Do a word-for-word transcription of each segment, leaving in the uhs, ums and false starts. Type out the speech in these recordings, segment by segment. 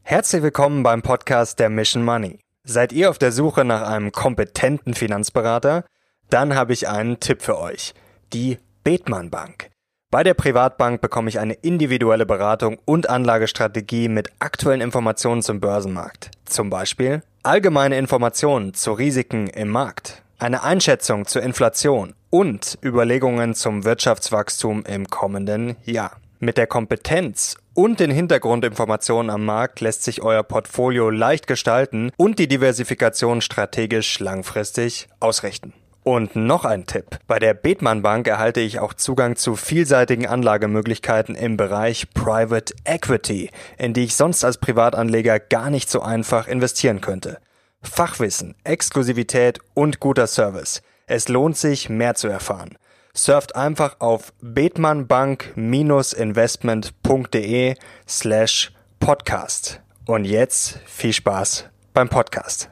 Herzlich willkommen beim Podcast der Mission Money. Seid ihr auf der Suche nach einem kompetenten Finanzberater? Dann habe ich einen Tipp für euch. Die Bethmann Bank. Bei der Privatbank bekomme ich eine individuelle Beratung und Anlagestrategie mit aktuellen Informationen zum Börsenmarkt. Zum Beispiel allgemeine Informationen zu Risiken im Markt, eine Einschätzung zur Inflation und Überlegungen zum Wirtschaftswachstum im kommenden Jahr. Mit der Kompetenz und den Hintergrundinformationen am Markt lässt sich euer Portfolio leicht gestalten und die Diversifikation strategisch langfristig ausrichten. Und noch ein Tipp. Bei der Bethmann Bank erhalte ich auch Zugang zu vielseitigen Anlagemöglichkeiten im Bereich Private Equity, in die ich sonst als Privatanleger gar nicht so einfach investieren könnte. Fachwissen, Exklusivität und guter Service. Es lohnt sich, mehr zu erfahren. Surft einfach auf bethmannbank-investment.de slash podcast. Und jetzt viel Spaß beim Podcast.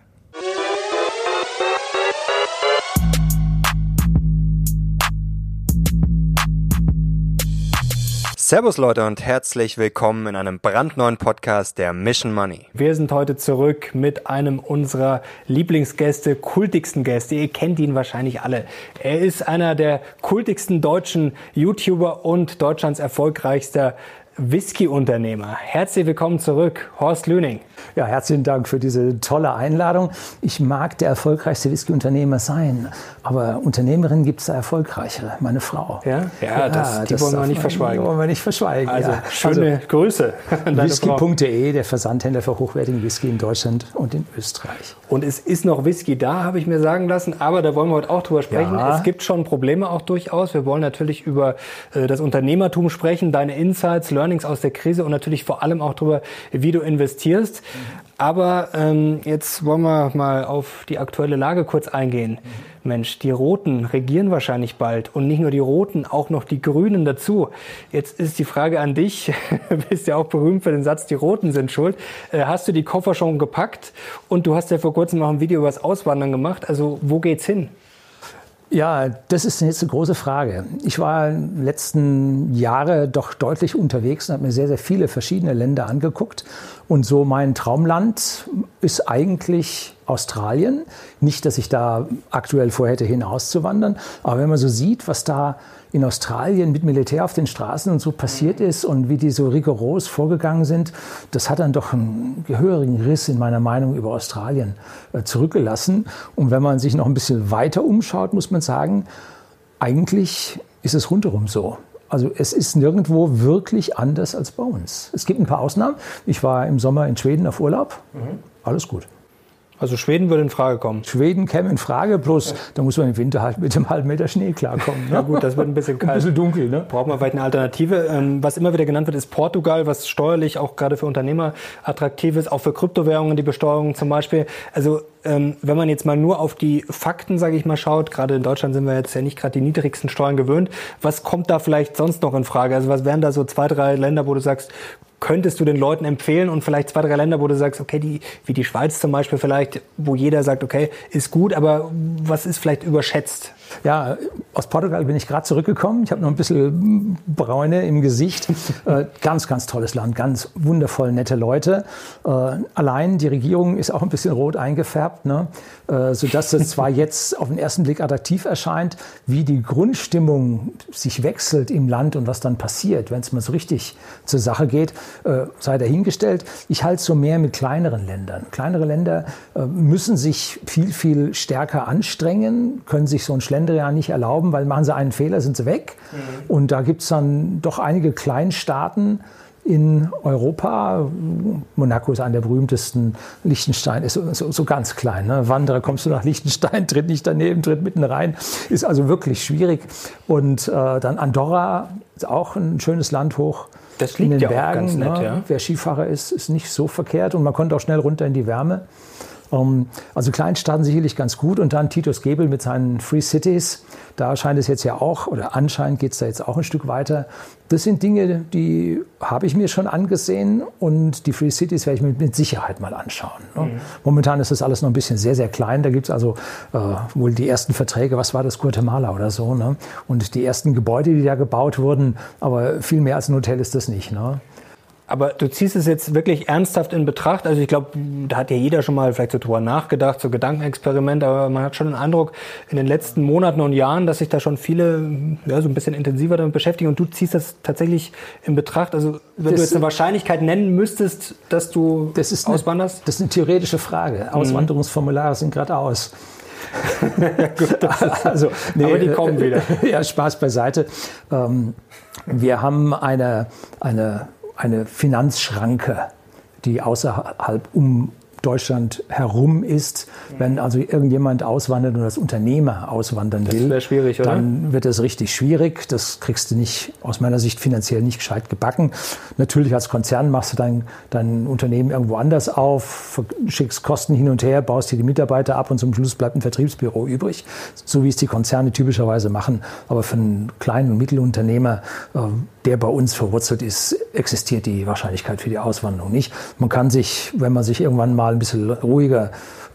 Servus Leute und herzlich willkommen in einem brandneuen Podcast der Mission Money. Wir sind heute zurück mit einem unserer Lieblingsgäste, kultigsten Gäste. Ihr kennt ihn wahrscheinlich alle. Er ist einer der kultigsten deutschen YouTuber und Deutschlands erfolgreichster Whisky-Unternehmer. Herzlich willkommen zurück, Horst Lüning. Ja, herzlichen Dank für diese tolle Einladung. Ich mag der erfolgreichste Whisky-Unternehmer sein, aber Unternehmerin gibt es da erfolgreichere, meine Frau. Ja, ja, ja das, die das wollen wir nicht verschweigen. Die wollen wir nicht verschweigen. Also ja. schöne also, Grüße an deine Whisky punkt de, der Versandhändler für hochwertigen Whisky in Deutschland und in Österreich. Und es ist noch Whisky da, habe ich mir sagen lassen, aber da wollen wir heute auch drüber sprechen. Ja. Es gibt schon Probleme auch durchaus. Wir wollen natürlich über äh, das Unternehmertum sprechen, deine Insights, Learnings aus der Krise und natürlich vor allem auch darüber, wie du investierst. Mhm. Aber ähm, jetzt wollen wir mal auf die aktuelle Lage kurz eingehen. Mhm. Mensch, die Roten regieren wahrscheinlich bald und nicht nur die Roten, auch noch die Grünen dazu. Jetzt ist die Frage an dich, du bist ja auch berühmt für den Satz, die Roten sind schuld. Äh, hast du die Koffer schon gepackt? Und du hast ja vor kurzem noch ein Video über das Auswandern gemacht. Also wo geht's hin? Ja, das ist jetzt eine große Frage. Ich war in den letzten Jahren doch deutlich unterwegs und habe mir sehr, sehr viele verschiedene Länder angeguckt. Und so mein Traumland ist eigentlich Australien. Nicht, dass ich da aktuell vorhätte, hinauszuwandern. Aber wenn man so sieht, was da in Australien mit Militär auf den Straßen und so passiert ist und wie die so rigoros vorgegangen sind, das hat dann doch einen gehörigen Riss in meiner Meinung über Australien äh, zurückgelassen. Und wenn man sich noch ein bisschen weiter umschaut, muss man sagen, eigentlich ist es rundherum so. Also es ist nirgendwo wirklich anders als bei uns. Es gibt ein paar Ausnahmen. Ich war im Sommer in Schweden auf Urlaub. Mhm. Alles gut. Also Schweden würde in Frage kommen? Schweden käme in Frage, bloß ja. Da muss man im Winter halt mit dem halben Meter Schnee klarkommen. Ne? Ja gut, das wird ein bisschen kalt. Ein bisschen dunkel. Ne? Braucht man vielleicht eine Alternative. Was immer wieder genannt wird, ist Portugal, was steuerlich auch gerade für Unternehmer attraktiv ist, auch für Kryptowährungen, die Besteuerung zum Beispiel. Also ähm, wenn man jetzt mal nur auf die Fakten, sage ich mal, schaut, gerade in Deutschland sind wir jetzt ja nicht gerade die niedrigsten Steuern gewöhnt. Was kommt da vielleicht sonst noch in Frage? Also was wären da so zwei, drei Länder, wo du sagst, könntest du den Leuten empfehlen und vielleicht zwei, drei Länder, wo du sagst, okay, die, wie die Schweiz zum Beispiel vielleicht, wo jeder sagt, okay, ist gut, aber was ist vielleicht überschätzt? Ja, aus Portugal bin ich gerade zurückgekommen. Ich habe noch ein bisschen Bräune im Gesicht. äh, ganz, ganz tolles Land, ganz wundervoll nette Leute. Äh, allein die Regierung ist auch ein bisschen rot eingefärbt, ne? äh, sodass es zwar jetzt auf den ersten Blick attraktiv erscheint, wie die Grundstimmung sich wechselt im Land und was dann passiert, wenn es mal so richtig zur Sache geht, äh, sei dahingestellt. Ich halte es so mehr mit kleineren Ländern. Kleinere Länder äh, müssen sich viel, viel stärker anstrengen, können sich so ein Schlendrian nicht erlauben, weil machen sie einen Fehler, sind sie weg. Mhm. Und da gibt es dann doch einige Kleinstaaten in Europa. Monaco ist einer der berühmtesten. Liechtenstein ist so, so, so ganz klein. Ne? Wanderer, kommst du nach Liechtenstein, tritt nicht daneben, tritt mitten rein. Ist also wirklich schwierig. Und äh, dann Andorra ist auch ein schönes Land hoch. Das liegt in den ja Bergen. Auch ganz nett, ne? Ja. Wer Skifahrer ist, ist nicht so verkehrt. Und man kommt auch schnell runter in die Wärme. Also Kleinstaaten sicherlich ganz gut und dann Titus Gebel mit seinen Free Cities, da scheint es jetzt ja auch, oder anscheinend geht es da jetzt auch ein Stück weiter. Das sind Dinge, die habe ich mir schon angesehen und die Free Cities werde ich mir mit Sicherheit mal anschauen. Ne? Mhm. Momentan ist das alles noch ein bisschen sehr, sehr klein, da gibt es also äh, wohl die ersten Verträge, was war das, Guatemala oder so, ne? Und die ersten Gebäude, die da gebaut wurden, aber viel mehr als ein Hotel ist das nicht, ne? Aber du ziehst es jetzt wirklich ernsthaft in Betracht. Also ich glaube, da hat ja jeder schon mal vielleicht so drüber nachgedacht, so Gedankenexperiment, aber man hat schon den Eindruck in den letzten Monaten und Jahren, dass sich da schon viele ja, so ein bisschen intensiver damit beschäftigen und du ziehst das tatsächlich in Betracht. Also wenn das, du jetzt eine Wahrscheinlichkeit nennen müsstest, dass du das ist auswanderst? Eine, das ist eine theoretische Frage. Auswanderungsformulare sind gerade aus. Ja, gut, also, nee, aber die kommen wieder. Ja, Spaß beiseite. Ähm, wir haben eine, eine, eine Finanzschranke, die außerhalb um Deutschland herum ist. Wenn also irgendjemand auswandert und das Unternehmer auswandern will, das wäre schwierig, oder? Dann wird es richtig schwierig. Das kriegst du nicht, aus meiner Sicht, finanziell nicht gescheit gebacken. Natürlich als Konzern machst du dein, dein Unternehmen irgendwo anders auf, schickst Kosten hin und her, baust dir die Mitarbeiter ab und zum Schluss bleibt ein Vertriebsbüro übrig. So wie es die Konzerne typischerweise machen. Aber für einen kleinen und Mittelunternehmer, der bei uns verwurzelt ist, existiert die Wahrscheinlichkeit für die Auswanderung nicht. Man kann sich, wenn man sich irgendwann mal ein bisschen ruhiger äh,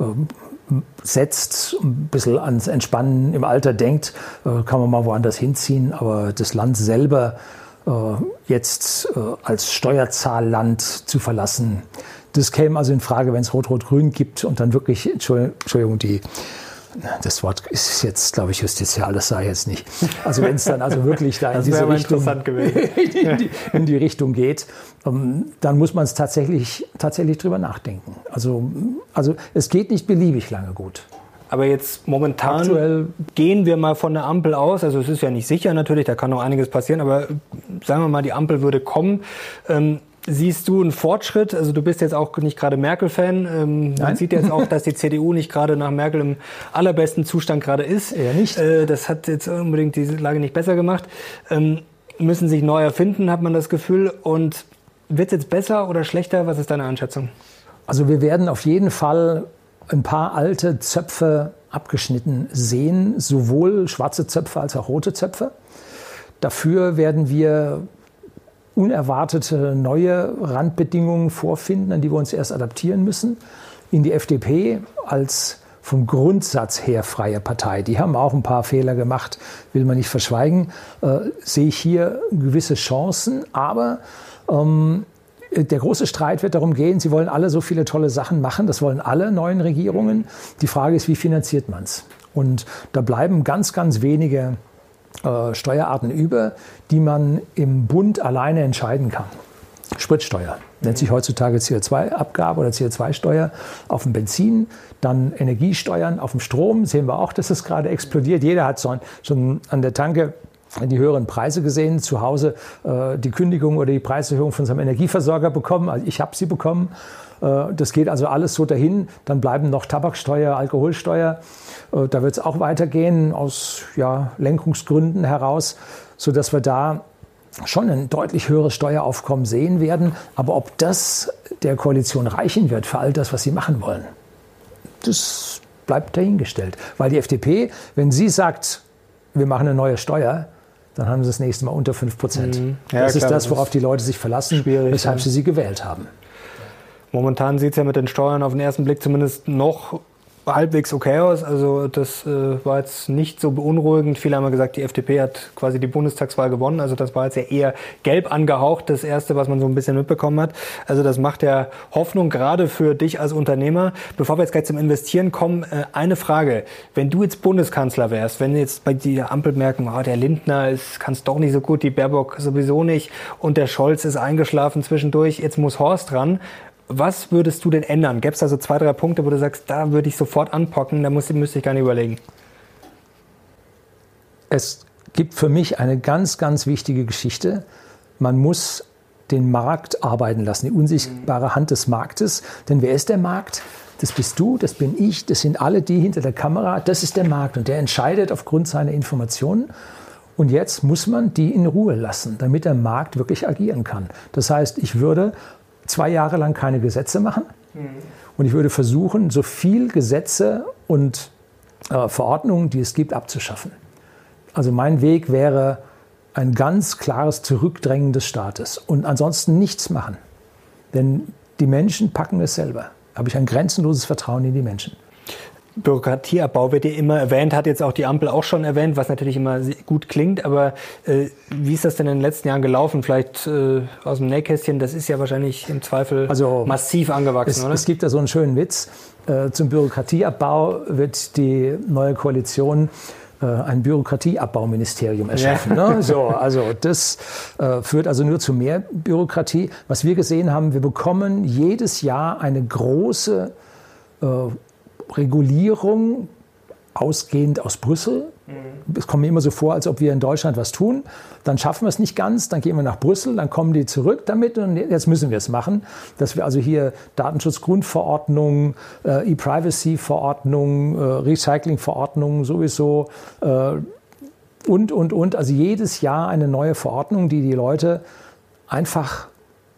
setzt, ein bisschen ans Entspannen im Alter denkt, äh, kann man mal woanders hinziehen. Aber das Land selber äh, jetzt äh, als Steuerzahlland zu verlassen, das käme also in Frage, wenn es Rot-Rot-Grün gibt und dann wirklich, Entschuldigung, die das Wort ist jetzt, glaube ich, justizial, das sei jetzt nicht. Also wenn es dann also wirklich da in diese Richtung, in die, in die Richtung geht, dann muss man es tatsächlich, tatsächlich drüber nachdenken. Also, also es geht nicht beliebig lange gut. Aber jetzt momentan Aktuell gehen wir mal von der Ampel aus. Also es ist ja nicht sicher natürlich, da kann noch einiges passieren, aber sagen wir mal, die Ampel würde kommen. Ähm, Siehst du einen Fortschritt? Also du bist jetzt auch nicht gerade Merkel-Fan. Ähm, man sieht jetzt auch, dass die C D U nicht gerade nach Merkel im allerbesten Zustand gerade ist. Eher nicht. Äh, das hat jetzt unbedingt die Lage nicht besser gemacht. Ähm, müssen sich neu erfinden, hat man das Gefühl. Und wird es jetzt besser oder schlechter? Was ist deine Einschätzung? Also wir werden auf jeden Fall ein paar alte Zöpfe abgeschnitten sehen. Sowohl schwarze Zöpfe als auch rote Zöpfe. Dafür werden wir unerwartete neue Randbedingungen vorfinden, an die wir uns erst adaptieren müssen. In die F D P als vom Grundsatz her freie Partei, die haben auch ein paar Fehler gemacht, will man nicht verschweigen, äh, sehe ich hier gewisse Chancen. Aber ähm, der große Streit wird darum gehen, sie wollen alle so viele tolle Sachen machen, das wollen alle neuen Regierungen. Die Frage ist, wie finanziert man es? Und da bleiben ganz, ganz wenige Äh, Steuerarten über, die man im Bund alleine entscheiden kann. Spritsteuer nennt sich heutzutage C O zwei Abgabe oder C O zwei Steuer auf dem Benzin, dann Energiesteuern auf dem Strom, sehen wir auch, dass es gerade explodiert. Jeder hat so ein, schon an der Tanke die höheren Preise gesehen, zu Hause äh, die Kündigung oder die Preiserhöhung von seinem Energieversorger bekommen. Also ich habe sie bekommen. Äh, das geht also alles so dahin. Dann bleiben noch Tabaksteuer, Alkoholsteuer. Äh, da wird es auch weitergehen aus ja, Lenkungsgründen heraus, sodass wir da schon ein deutlich höheres Steueraufkommen sehen werden. Aber ob das der Koalition reichen wird für all das, was sie machen wollen, das bleibt dahingestellt. Weil die F D P, wenn sie sagt, wir machen eine neue Steuer, dann haben sie das nächste Mal unter fünf Prozent. Mhm. Ja, das klar, ist das, worauf die Leute sich verlassen, weshalb sie sie gewählt haben. Momentan sieht es ja mit den Steuern auf den ersten Blick zumindest noch halbwegs okay aus. Also das äh, war jetzt nicht so beunruhigend. Viele haben ja gesagt, die F D P hat quasi die Bundestagswahl gewonnen. Also das war jetzt ja eher gelb angehaucht, das Erste, was man so ein bisschen mitbekommen hat. Also das macht ja Hoffnung, gerade für dich als Unternehmer. Bevor wir jetzt gleich zum Investieren kommen, äh, eine Frage. Wenn du jetzt Bundeskanzler wärst, wenn jetzt bei der Ampel merken, oh, der Lindner kann es doch nicht so gut, die Baerbock sowieso nicht und der Scholz ist eingeschlafen zwischendurch, jetzt muss Horst ran. Was würdest du denn ändern? Gäbe es da so zwei, drei Punkte, wo du sagst, da würde ich sofort anpacken, da muss, müsste ich gar nicht überlegen? Es gibt für mich eine ganz, ganz wichtige Geschichte. Man muss den Markt arbeiten lassen, die unsichtbare Hand des Marktes. Denn wer ist der Markt? Das bist du, das bin ich, das sind alle die hinter der Kamera. Das ist der Markt und der entscheidet aufgrund seiner Informationen. Und jetzt muss man die in Ruhe lassen, damit der Markt wirklich agieren kann. Das heißt, ich würde zwei Jahre lang keine Gesetze machen. Mhm. Und ich würde versuchen, so viel Gesetze und äh, Verordnungen, die es gibt, abzuschaffen. Also mein Weg wäre ein ganz klares Zurückdrängen des Staates und ansonsten nichts machen. Denn die Menschen packen es selber. Da habe ich ein grenzenloses Vertrauen in die Menschen. Bürokratieabbau wird ja immer erwähnt, hat jetzt auch die Ampel auch schon erwähnt, was natürlich immer gut klingt. Aber äh, wie ist das denn in den letzten Jahren gelaufen? Vielleicht äh, aus dem Nähkästchen, das ist ja wahrscheinlich im Zweifel also, massiv angewachsen, es, oder? Es gibt da so einen schönen Witz. Äh, zum Bürokratieabbau wird die neue Koalition äh, ein Bürokratieabbauministerium erschaffen. Ja. Ne? So, also das äh, führt also nur zu mehr Bürokratie. Was wir gesehen haben, wir bekommen jedes Jahr eine große äh, Regulierung, ausgehend aus Brüssel. Mhm. Es kommt mir immer so vor, als ob wir in Deutschland was tun. Dann schaffen wir es nicht ganz, dann gehen wir nach Brüssel, dann kommen die zurück damit und jetzt müssen wir es machen. Dass wir also hier Datenschutzgrundverordnung, äh, E-Privacy-Verordnung, äh, Recycling-Verordnung sowieso äh, und, und, und. Also jedes Jahr eine neue Verordnung, die die Leute einfach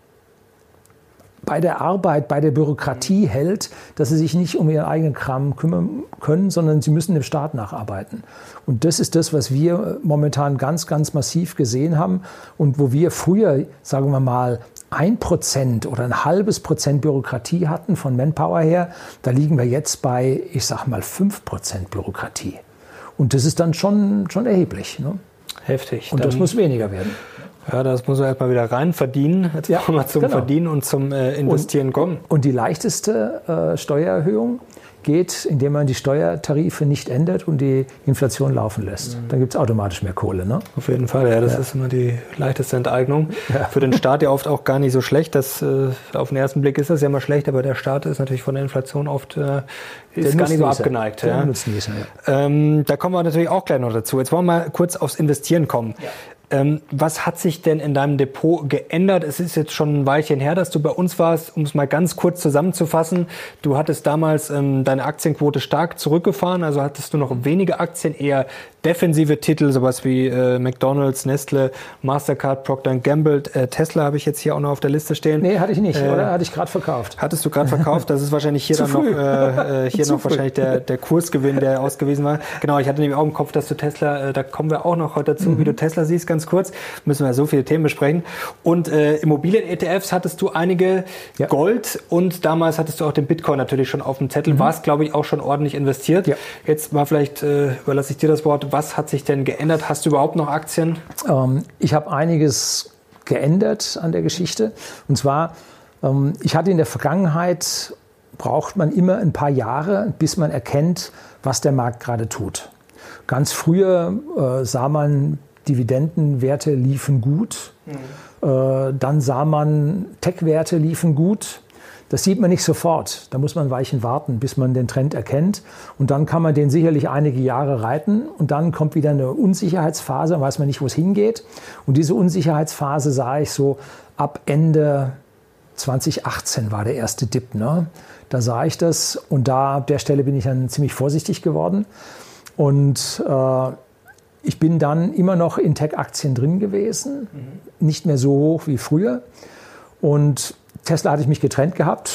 bei der Arbeit, bei der Bürokratie hält, dass sie sich nicht um ihren eigenen Kram kümmern können, sondern sie müssen dem Staat nacharbeiten. Und das ist das, was wir momentan ganz, ganz massiv gesehen haben und wo wir früher, sagen wir mal, ein Prozent oder ein halbes Prozent Bürokratie hatten von Manpower her, da liegen wir jetzt bei, ich sag mal, fünf Prozent Bürokratie. Und das ist dann schon, schon erheblich. Ne? Heftig. Und das muss weniger werden. Ja, das muss man erstmal wieder rein verdienen. Jetzt ja, wollen wir zum genau. Verdienen und zum äh, Investieren und, kommen. Und die leichteste äh, Steuererhöhung geht, indem man die Steuertarife nicht ändert und die Inflation laufen lässt. Mhm. Dann gibt es automatisch mehr Kohle. Ne? Auf jeden Fall, ja, das ja. ist immer die leichteste Enteignung. Ja. Für den Staat ja oft auch gar nicht so schlecht. Das, äh, auf den ersten Blick ist das ja mal schlecht, aber der Staat ist natürlich von der Inflation oft äh, ist gar nicht so abgeneigt. Ja. Nutznießer, ja. ähm, da kommen wir natürlich auch gleich noch dazu. Jetzt wollen wir mal kurz aufs Investieren kommen. Ja. Ähm, was hat sich denn in deinem Depot geändert? Es ist jetzt schon ein Weilchen her, dass du bei uns warst. Um es mal ganz kurz zusammenzufassen, du hattest damals ähm, deine Aktienquote stark zurückgefahren, also hattest du noch wenige Aktien, eher defensive Titel, sowas wie äh, McDonald's, Nestle, Mastercard, Procter and Gamble, äh, Tesla habe ich jetzt hier auch noch auf der Liste stehen. Nee, hatte ich nicht, äh, oder? Hatte ich gerade verkauft. Hattest du gerade verkauft? Das ist wahrscheinlich hier dann noch, äh, hier noch wahrscheinlich der, der Kursgewinn, der ausgewiesen war. Genau, ich hatte nämlich auch im Kopf, dass du Tesla, äh, da kommen wir auch noch heute dazu, mhm. wie du Tesla siehst, ganz kurz. Müssen wir so viele Themen besprechen. Und äh, Immobilien-E T Fs hattest du einige, ja. Gold und damals hattest du auch den Bitcoin natürlich schon auf dem Zettel. Mhm. Warst, glaube ich, auch schon ordentlich investiert. Ja. Jetzt mal vielleicht, äh, überlasse ich dir das Wort, was hat sich denn geändert? Hast du überhaupt noch Aktien? Ähm, ich habe einiges geändert an der Geschichte. Und zwar, ähm, ich hatte in der Vergangenheit, braucht man immer ein paar Jahre, bis man erkennt, was der Markt gerade tut. Ganz früher äh, sah man, Dividendenwerte liefen gut. Mhm. Äh, dann sah man, Tech-Werte liefen gut. Das sieht man nicht sofort. Da muss man ein Weilchen warten, bis man den Trend erkennt. Und dann kann man den sicherlich einige Jahre reiten. Und dann kommt wieder eine Unsicherheitsphase, dann weiß man nicht, wo es hingeht. Und diese Unsicherheitsphase sah ich so ab Ende zwanzig achtzehn war der erste Dip. Ne? Da sah ich das und da ab der Stelle bin ich dann ziemlich vorsichtig geworden. Und äh, ich bin dann immer noch in Tech-Aktien drin gewesen, mhm. nicht mehr so hoch wie früher. Und Tesla hatte ich mich getrennt gehabt.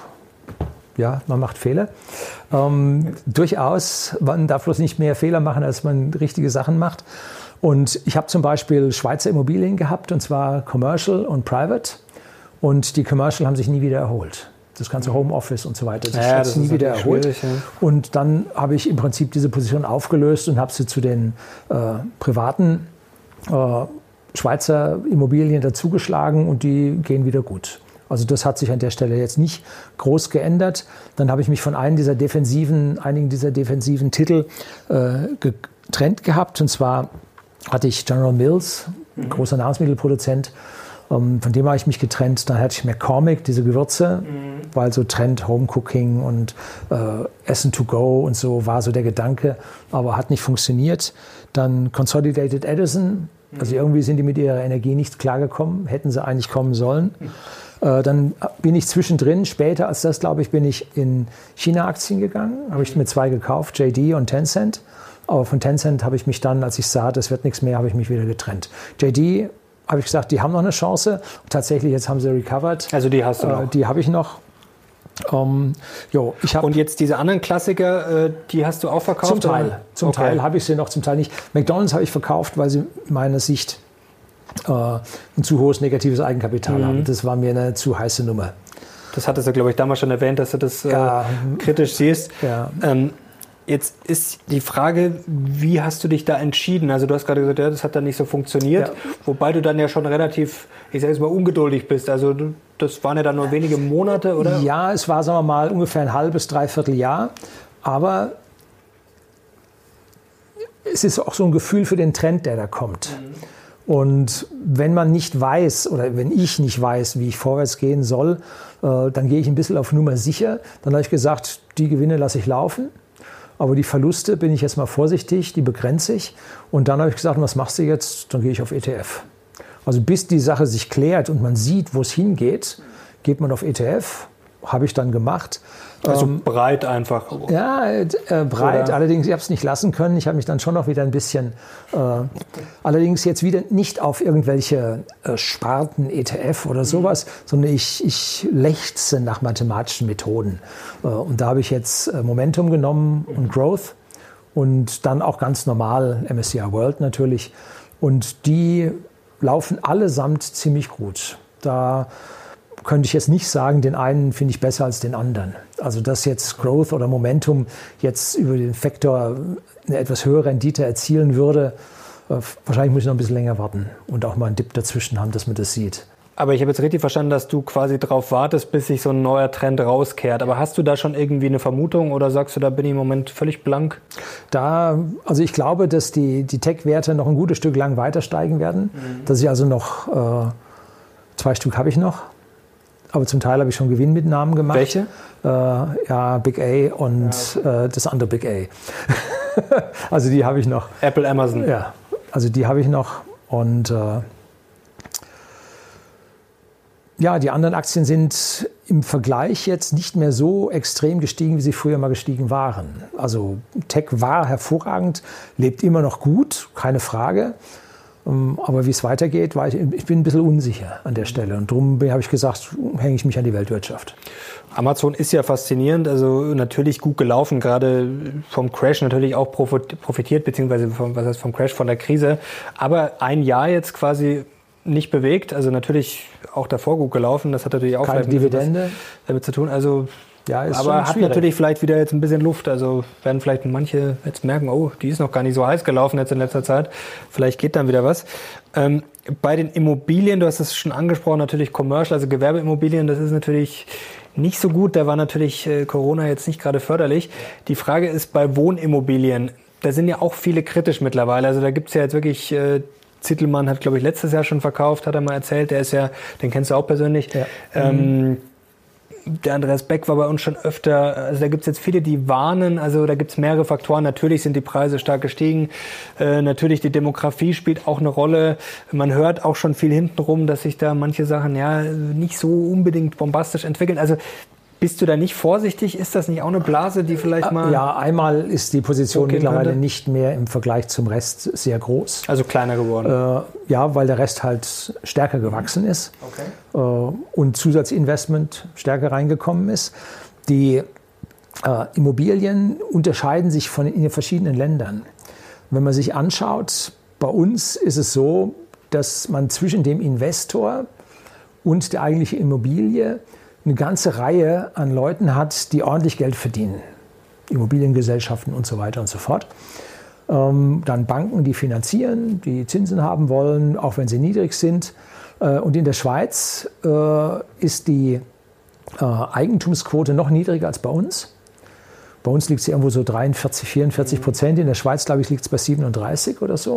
Ja, man macht Fehler. Ähm, durchaus, man darf bloß nicht mehr Fehler machen, als man richtige Sachen macht. Und ich habe zum Beispiel Schweizer Immobilien gehabt, und zwar Commercial und Private. Und die Commercial haben sich nie wieder erholt. Das ganze Homeoffice und so weiter, das ja, hat sich nie wieder erholt. Ja. Und dann habe ich im Prinzip diese Position aufgelöst und habe sie zu den äh, privaten äh, Schweizer Immobilien dazugeschlagen und die gehen wieder gut. Also das hat sich an der Stelle jetzt nicht groß geändert. Dann habe ich mich von einem dieser defensiven, einigen dieser defensiven Titel äh, getrennt gehabt. Und zwar hatte ich General Mills, ein großer Nahrungsmittelproduzent. Um, von dem habe ich mich getrennt. Dann hatte ich McCormick, diese Gewürze, mhm. weil so Trend Home Cooking und äh, Essen to go und so war so der Gedanke, aber hat nicht funktioniert. Dann Consolidated Edison, mhm. also irgendwie sind die mit ihrer Energie nicht klargekommen, hätten sie eigentlich kommen sollen. Mhm. Äh, dann bin ich zwischendrin, später als das, glaube ich, bin ich in China-Aktien gegangen, habe ich mir zwei gekauft, J D und Tencent. Aber von Tencent habe ich mich dann, als ich sah, das wird nichts mehr, habe ich mich wieder getrennt. J D habe ich gesagt, die haben noch eine Chance. Und tatsächlich, jetzt haben sie recovered. Also die hast du noch? Äh, die habe ich noch. Um, jo, ich hab Und jetzt diese anderen Klassiker, äh, die hast du auch verkauft? Zum Teil. Oder? Zum okay. Teil habe ich sie noch, zum Teil nicht. McDonald's habe ich verkauft, weil sie meiner Sicht äh, ein zu hohes negatives Eigenkapital mhm. haben. Das war mir eine zu heiße Nummer. Das hattest du, glaube ich, damals schon erwähnt, dass du das äh, ja. kritisch siehst. Ja. Ähm, Jetzt ist die Frage, wie hast du dich da entschieden? Also du hast gerade gesagt, ja, das hat dann nicht so funktioniert, ja. Wobei du dann ja schon relativ, ich sage jetzt mal, ungeduldig bist. Also das waren ja dann nur wenige Monate, oder? Ja, es war, sagen wir mal, ungefähr ein halbes, dreiviertel Jahr. Aber es ist auch so ein Gefühl für den Trend, der da kommt. Mhm. Und wenn man nicht weiß, oder wenn ich nicht weiß, wie ich vorwärts gehen soll, äh, dann gehe ich ein bisschen auf Nummer sicher. Dann habe ich gesagt, die Gewinne lasse ich laufen. Aber die Verluste, bin ich jetzt mal vorsichtig, die begrenze ich. Und dann habe ich gesagt, was machst du jetzt? Dann gehe ich auf E T F. Also bis die Sache sich klärt und man sieht, wo es hingeht, geht man auf E T F. Habe ich dann gemacht. Also ähm, breit einfach. Ja, äh, breit. Oder? Allerdings, ich habe es nicht lassen können. Ich habe mich dann schon noch wieder ein bisschen, äh, allerdings jetzt wieder nicht auf irgendwelche äh, Sparten E T F oder sowas, mhm. sondern ich, ich lechze nach mathematischen Methoden. Äh, und da habe ich jetzt äh, Momentum genommen und Growth und dann auch ganz normal M S C I World natürlich. Und die laufen allesamt ziemlich gut. Da könnte ich jetzt nicht sagen, den einen finde ich besser als den anderen. Also dass jetzt Growth oder Momentum jetzt über den Faktor eine etwas höhere Rendite erzielen würde, äh, wahrscheinlich muss ich noch ein bisschen länger warten und auch mal einen Dip dazwischen haben, dass man das sieht. Aber ich habe jetzt richtig verstanden, dass du quasi darauf wartest, bis sich so ein neuer Trend rauskehrt. Aber hast du da schon irgendwie eine Vermutung oder sagst du, da bin ich im Moment völlig blank? Da, also ich glaube, dass die, die Tech-Werte noch ein gutes Stück lang weiter steigen werden. Mhm. Dass ich also noch, äh, zwei Stück habe ich noch. Aber zum Teil habe ich schon Gewinnmitnahmen gemacht. Welche? Äh, ja, Big A und ja, okay. äh, das andere Big A. Also die habe ich noch. Apple, Amazon. Ja, also die habe ich noch. Und äh, ja, die anderen Aktien sind im Vergleich jetzt nicht mehr so extrem gestiegen, wie sie früher mal gestiegen waren. Also Tech war hervorragend, lebt immer noch gut, keine Frage. Aber wie es weitergeht, war ich, ich bin ein bisschen unsicher an der Stelle. Und darum habe ich gesagt, hänge ich mich an die Weltwirtschaft. Amazon ist ja faszinierend, also natürlich gut gelaufen, gerade vom Crash natürlich auch profitiert, beziehungsweise vom, was heißt vom Crash, von der Krise. Aber ein Jahr jetzt quasi nicht bewegt, also natürlich auch davor gut gelaufen. Das hat natürlich auch keine Dividende damit zu tun. Also ja, ist aber hat natürlich vielleicht wieder jetzt ein bisschen Luft. Also werden vielleicht manche jetzt merken, oh, die ist noch gar nicht so heiß gelaufen jetzt in letzter Zeit. Vielleicht geht dann wieder was. Ähm, bei den Immobilien, du hast es schon angesprochen, natürlich Commercial, also Gewerbeimmobilien, das ist natürlich nicht so gut. Da war natürlich äh, Corona jetzt nicht gerade förderlich. Die Frage ist bei Wohnimmobilien, da sind ja auch viele kritisch mittlerweile. Also da gibt es ja jetzt wirklich... Äh, Zittelmann hat, glaube ich, letztes Jahr schon verkauft, hat er mal erzählt. Der ist ja, den kennst du auch persönlich. Ja. Ähm, mhm. Der Andreas Beck war bei uns schon öfter. Also da gibt es jetzt viele, die warnen. Also da gibt es mehrere Faktoren. Natürlich sind die Preise stark gestiegen. Äh, natürlich die Demografie spielt auch eine Rolle. Man hört auch schon viel hintenrum, dass sich da manche Sachen ja nicht so unbedingt bombastisch entwickeln. Also bist du da nicht vorsichtig? Ist das nicht auch eine Blase, die vielleicht mal... Ja, einmal ist die Position mittlerweile könnte? nicht mehr im Vergleich zum Rest sehr groß. Also kleiner geworden? Äh, ja, weil der Rest halt stärker gewachsen ist. Okay. Äh, und Zusatzinvestment stärker reingekommen ist. Die äh, Immobilien unterscheiden sich von in den verschiedenen Ländern. Wenn man sich anschaut, bei uns ist es so, dass man zwischen dem Investor und der eigentlichen Immobilie eine ganze Reihe an Leuten hat, die ordentlich Geld verdienen. Immobiliengesellschaften und so weiter und so fort. Ähm, dann Banken, die finanzieren, die Zinsen haben wollen, auch wenn sie niedrig sind. Äh, und in der Schweiz äh, ist die äh, Eigentumsquote noch niedriger als bei uns. Bei uns liegt sie irgendwo so dreiundvierzig, vierundvierzig Prozent. In der Schweiz, glaube ich, liegt es bei siebenunddreißig oder so.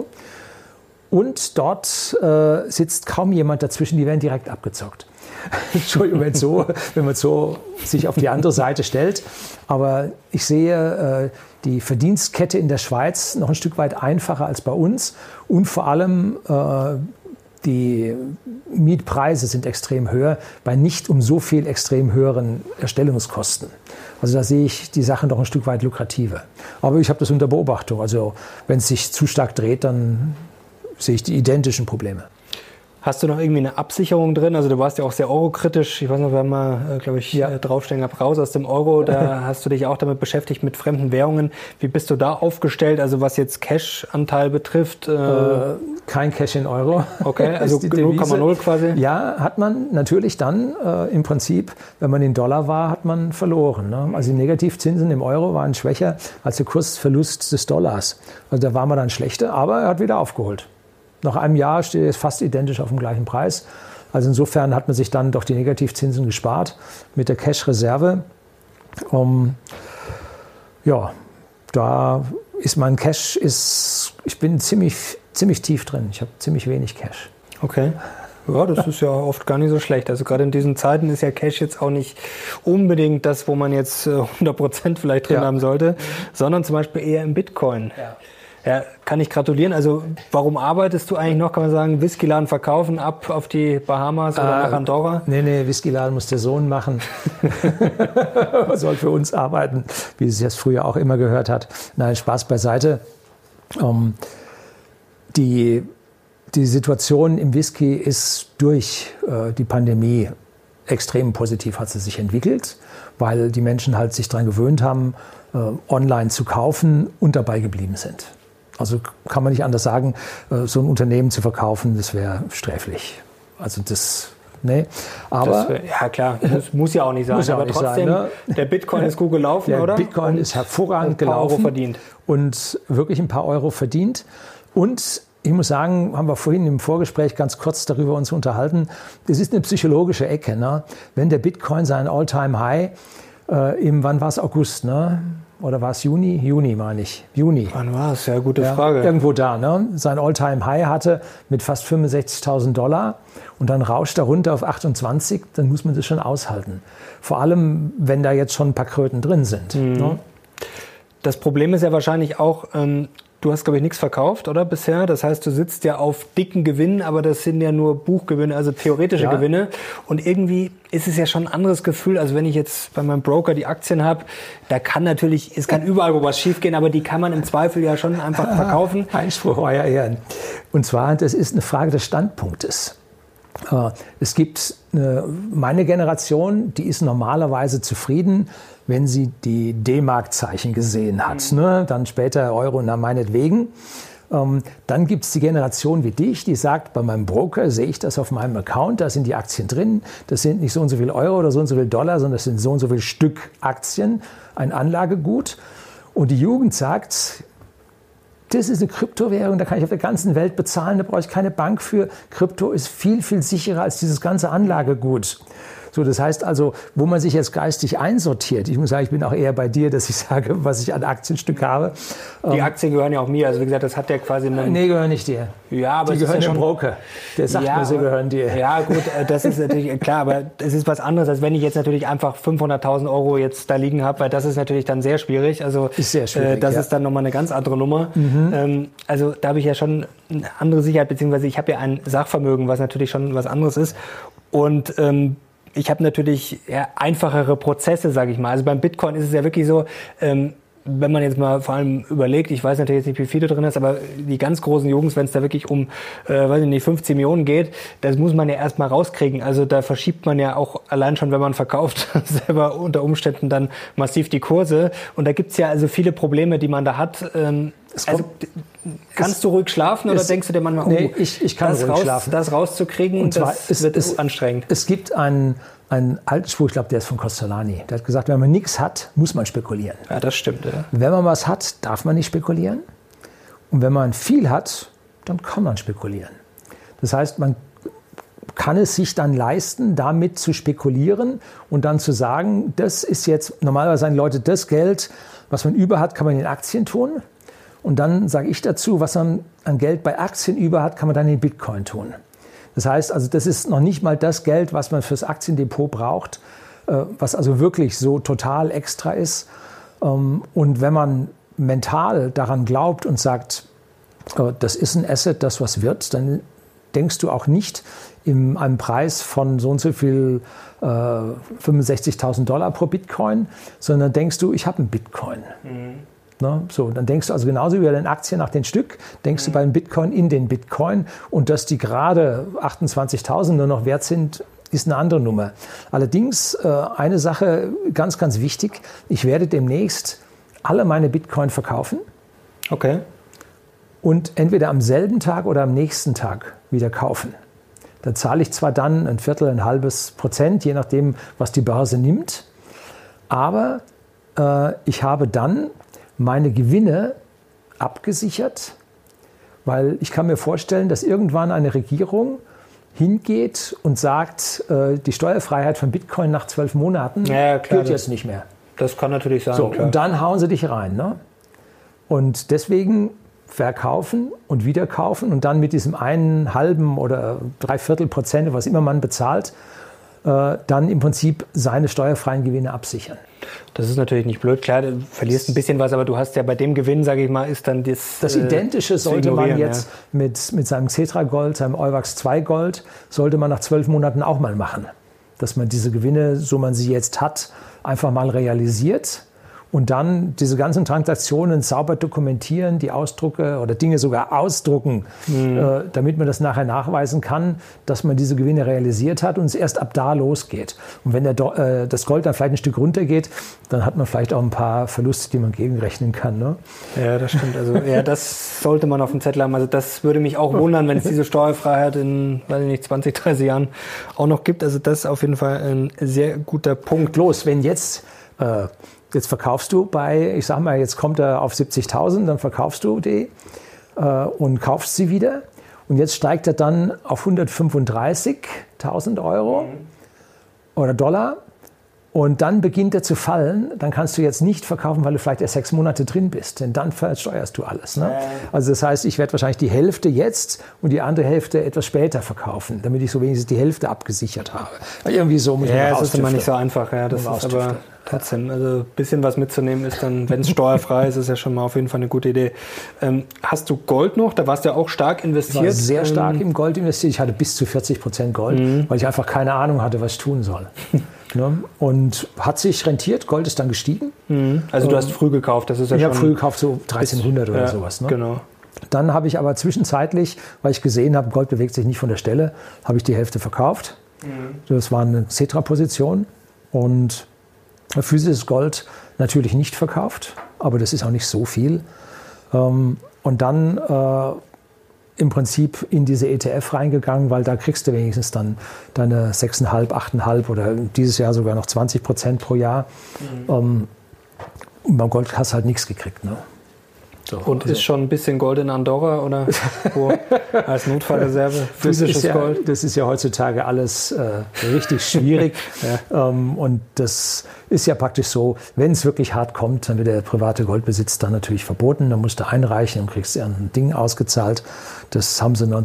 Und dort äh, sitzt kaum jemand dazwischen, die werden direkt abgezockt. Entschuldigung, wenn, so, wenn man so sich auf die andere Seite stellt. Aber ich sehe äh, die Verdienstkette in der Schweiz noch ein Stück weit einfacher als bei uns. Und vor allem äh, die Mietpreise sind extrem höher, bei nicht um so viel extrem höheren Erstellungskosten. Also da sehe ich die Sache noch ein Stück weit lukrativer. Aber ich habe das unter Beobachtung. Also wenn es sich zu stark dreht, dann sehe ich die identischen Probleme. Hast du noch irgendwie eine Absicherung drin? Also du warst ja auch sehr eurokritisch. Ich weiß noch, wir haben mal, glaube ich, ja. draufstehen gehabt, raus aus dem Euro. Da hast du dich auch damit beschäftigt, mit fremden Währungen. Wie bist du da aufgestellt? Also was jetzt Cash-Anteil betrifft? Äh, kein Cash in Euro. Okay, also null Komma null quasi. Ja, hat man natürlich dann äh, im Prinzip, wenn man in Dollar war, hat man verloren. Ne? Also die Negativzinsen im Euro waren schwächer als der Kursverlust des Dollars. Also da war man dann schlechter, aber er hat wieder aufgeholt. Nach einem Jahr steht er fast identisch auf dem gleichen Preis. Also insofern hat man sich dann doch die Negativzinsen gespart mit der Cash-Reserve. Um, ja, da ist mein Cash, ist, ich bin ziemlich, ziemlich tief drin. Ich habe ziemlich wenig Cash. Okay. Ja, das ist ja oft gar nicht so schlecht. Also gerade in diesen Zeiten ist ja Cash jetzt auch nicht unbedingt das, wo man jetzt hundert Prozent vielleicht drin ja. haben sollte, sondern zum Beispiel eher im Bitcoin. Ja. Ja, kann ich gratulieren. Also warum arbeitest du eigentlich noch, kann man sagen, Whiskyladen verkaufen, ab auf die Bahamas oder äh, nach Andorra? Nee, nee, Whiskyladen muss der Sohn machen. Soll für uns arbeiten, wie es jetzt früher auch immer gehört hat. Nein, Spaß beiseite. Um, die Die Situation im Whisky ist durch äh, die Pandemie extrem positiv, hat sie sich entwickelt, weil die Menschen halt sich daran gewöhnt haben, äh, online zu kaufen und dabei geblieben sind. Also kann man nicht anders sagen, äh, so ein Unternehmen zu verkaufen, das wäre sträflich. Also das, nee. Aber wär, ja klar, das muss ja auch nicht sein. Muss ja aber auch nicht trotzdem, sein, ne? Der Bitcoin ist gut gelaufen, der oder? Der Bitcoin und ist hervorragend gelaufen. Euro verdient. Und wirklich ein paar Euro verdient. Und ich muss sagen, haben wir vorhin im Vorgespräch ganz kurz darüber uns unterhalten, das ist eine psychologische Ecke. Ne? Wenn der Bitcoin seinen All-Time-High äh, im, wann war es, August, ne? Oder war es Juni? Juni meine ich. Juni. Wann war es? Ja, gute ja, Frage. Irgendwo da, ne? Sein All-Time-High hatte mit fast fünfundsechzigtausend Dollar und dann rauscht er runter auf achtundzwanzig, dann muss man das schon aushalten. Vor allem, wenn da jetzt schon ein paar Kröten drin sind. Mhm. Ne? Das Problem ist ja wahrscheinlich auch, ähm, du hast, glaube ich, nichts verkauft, oder, bisher? Das heißt, du sitzt ja auf dicken Gewinnen, aber das sind ja nur Buchgewinne, also theoretische ja. Gewinne. Und irgendwie ist es ja schon ein anderes Gefühl, als wenn ich jetzt bei meinem Broker die Aktien habe. Da kann natürlich, es kann überall wo was schiefgehen, aber die kann man im Zweifel ja schon einfach verkaufen. Einspruch war ja eher. Und zwar, das ist eine Frage des Standpunktes. Es gibt eine, meine Generation, die ist normalerweise zufrieden, wenn sie die D-Mark-Zeichen gesehen hat. Mhm. Ne? Dann später Euro, na meinetwegen. Ähm, dann gibt es die Generation wie dich, die sagt, bei meinem Broker sehe ich das auf meinem Account, da sind die Aktien drin. Das sind nicht so und so viel Euro oder so und so viel Dollar, sondern das sind so und so viel Stück Aktien, ein Anlagegut. Und die Jugend sagt, das ist eine Kryptowährung, da kann ich auf der ganzen Welt bezahlen, da brauche ich keine Bank für. Krypto ist viel, viel sicherer als dieses ganze Anlagegut. So, das heißt also, wo man sich jetzt geistig einsortiert, ich muss sagen, ich bin auch eher bei dir, dass ich sage, was ich an Aktienstück habe. Die Aktien gehören ja auch mir, also wie gesagt, das hat ja quasi einen... Nee, gehören nicht dir. Ja, aber die gehören ja dem schon Broker. Der sagt ja, mir, sie gehören dir. Ja gut, das ist natürlich klar, aber es ist was anderes, als wenn ich jetzt natürlich einfach fünfhunderttausend Euro jetzt da liegen habe, weil das ist natürlich dann sehr schwierig. Also ist sehr schwierig, äh, das ja. ist dann nochmal eine ganz andere Nummer. Mhm. Ähm, also da habe ich ja schon eine andere Sicherheit, beziehungsweise ich habe ja ein Sachvermögen, was natürlich schon was anderes ist. Und ähm, ich habe natürlich ja, einfachere Prozesse, sage ich mal. Also beim Bitcoin ist es ja wirklich so, ähm, wenn man jetzt mal vor allem überlegt, ich weiß natürlich jetzt nicht, wie viel du drin hast, aber die ganz großen Jungs, wenn es da wirklich um, äh, weiß ich nicht, fünfzehn Millionen geht, das muss man ja erstmal rauskriegen. Also da verschiebt man ja auch allein schon, wenn man verkauft, selber unter Umständen dann massiv die Kurse. Und da gibt's ja also viele Probleme, die man da hat. Ähm, also, kannst du ruhig schlafen oder denkst du dir manchmal, oh, nee, ich, ich kann das, ruhig raus, schlafen. das rauszukriegen, und zwar das ist, wird es, anstrengend. Es gibt einen, einen alten Spruch, ich glaube, der ist von Costolani. Der hat gesagt, wenn man nichts hat, muss man spekulieren. Ja, das stimmt. Ja. Wenn man was hat, darf man nicht spekulieren. Und wenn man viel hat, dann kann man spekulieren. Das heißt, man kann es sich dann leisten, damit zu spekulieren und dann zu sagen, das ist jetzt, normalerweise sagen Leute, das Geld, was man über hat, kann man in Aktien tun. Und dann sage ich dazu, was man an Geld bei Aktien über hat, kann man dann in Bitcoin tun. Das heißt, also das ist noch nicht mal das Geld, was man fürs Aktiendepot braucht, was also wirklich so total extra ist. Und wenn man mental daran glaubt und sagt, das ist ein Asset, das was wird, dann denkst du auch nicht in einem Preis von so und so viel äh, fünfundsechzigtausend Dollar pro Bitcoin, sondern denkst du, ich habe einen Bitcoin. Mhm. Ne? So, dann denkst du also genauso wie bei den Aktien nach den Stück, denkst du beim Bitcoin in den Bitcoin. Und dass die gerade achtundzwanzigtausend nur noch wert sind, ist eine andere Nummer. Allerdings äh, eine Sache ganz, ganz wichtig. Ich werde demnächst alle meine Bitcoin verkaufen. Okay. Und entweder am selben Tag oder am nächsten Tag wieder kaufen. Da zahle ich zwar dann ein Viertel, ein halbes Prozent, je nachdem, was die Börse nimmt. Aber äh, ich habe dann meine Gewinne abgesichert, weil ich kann mir vorstellen, dass irgendwann eine Regierung hingeht und sagt, äh, die Steuerfreiheit von Bitcoin nach zwölf Monaten ja, klar, gilt jetzt nicht mehr. Das kann natürlich sein. So, klar. und dann hauen sie dich rein. Ne? Und deswegen verkaufen und wieder kaufen und dann mit diesem einen halben oder dreiviertel Prozent, was immer man bezahlt, äh, dann im Prinzip seine steuerfreien Gewinne absichern. Das ist natürlich nicht blöd, klar, du verlierst ein bisschen was, aber du hast ja bei dem Gewinn, sage ich mal, ist dann das... Das Identische äh, sollte man jetzt ja. mit, mit seinem Xetra Gold, seinem Euwax zwei Gold, sollte man nach zwölf Monaten auch mal machen. Dass man diese Gewinne, so man sie jetzt hat, einfach mal realisiert und dann diese ganzen Transaktionen sauber dokumentieren, die Ausdrucke oder Dinge sogar ausdrucken, mhm. äh, damit man das nachher nachweisen kann, dass man diese Gewinne realisiert hat und es erst ab da losgeht. Und wenn der, äh, das Gold dann vielleicht ein Stück runtergeht, dann hat man vielleicht auch ein paar Verluste, die man gegenrechnen kann. Ne? Ja, das stimmt. Also ja, das sollte man auf dem Zettel haben. Also das würde mich auch wundern, wenn es diese Steuerfreiheit in, weiß ich nicht, zwanzig, dreißig Jahren auch noch gibt. Also das ist auf jeden Fall ein sehr guter Punkt. Los, wenn jetzt... Äh, Jetzt verkaufst du bei, ich sag mal, jetzt kommt er auf siebzigtausend, dann verkaufst du die äh, und kaufst sie wieder. Und jetzt steigt er dann auf hundertfünfunddreißigtausend Euro mhm. oder Dollar. Und dann beginnt er zu fallen. Dann kannst du jetzt nicht verkaufen, weil du vielleicht erst sechs Monate drin bist. Denn dann versteuerst du alles. Ne? Ja. Also das heißt, ich werde wahrscheinlich die Hälfte jetzt und die andere Hälfte etwas später verkaufen, damit ich so wenigstens die Hälfte abgesichert habe. Irgendwie so muss man ja, das ist immer nicht so einfach. Ja, das ist aber trotzdem, also ein bisschen was mitzunehmen ist dann, wenn es steuerfrei ist, ist ja schon mal auf jeden Fall eine gute Idee. Ähm, hast du Gold noch? Da warst du ja auch stark investiert. Ich war sehr stark ähm, im Gold investiert. Ich hatte bis zu vierzig Prozent Gold, mhm. weil ich einfach keine Ahnung hatte, was ich tun soll. Ne? Und hat sich rentiert. Gold ist dann gestiegen. Mhm. Also du hast früh gekauft. Das ist ja ich schon habe früh gekauft, so dreizehnhundert oder ja, sowas. Ne? Genau. Dann habe ich aber zwischenzeitlich, weil ich gesehen habe, Gold bewegt sich nicht von der Stelle, habe ich die Hälfte verkauft. Mhm. Das war eine Xetra-Position. Und physisches Gold natürlich nicht verkauft, aber das ist auch nicht so viel. Und dann äh, im Prinzip in diese E T F reingegangen, weil da kriegst du wenigstens dann deine sechs Komma fünf, acht Komma fünf oder dieses Jahr sogar noch zwanzig Prozent pro Jahr. Mhm. Und beim Gold hast du halt nichts gekriegt. Ne? So, und also ist schon ein bisschen Gold in Andorra oder wo, als Notfallreserve? Physisches das ja, Gold? Das ist ja heutzutage alles äh, richtig schwierig. ja. ähm, und das ist ja praktisch so, wenn es wirklich hart kommt, dann wird der private Goldbesitz dann natürlich verboten. Dann musst du einreichen und kriegst ein Ding ausgezahlt. Das haben sie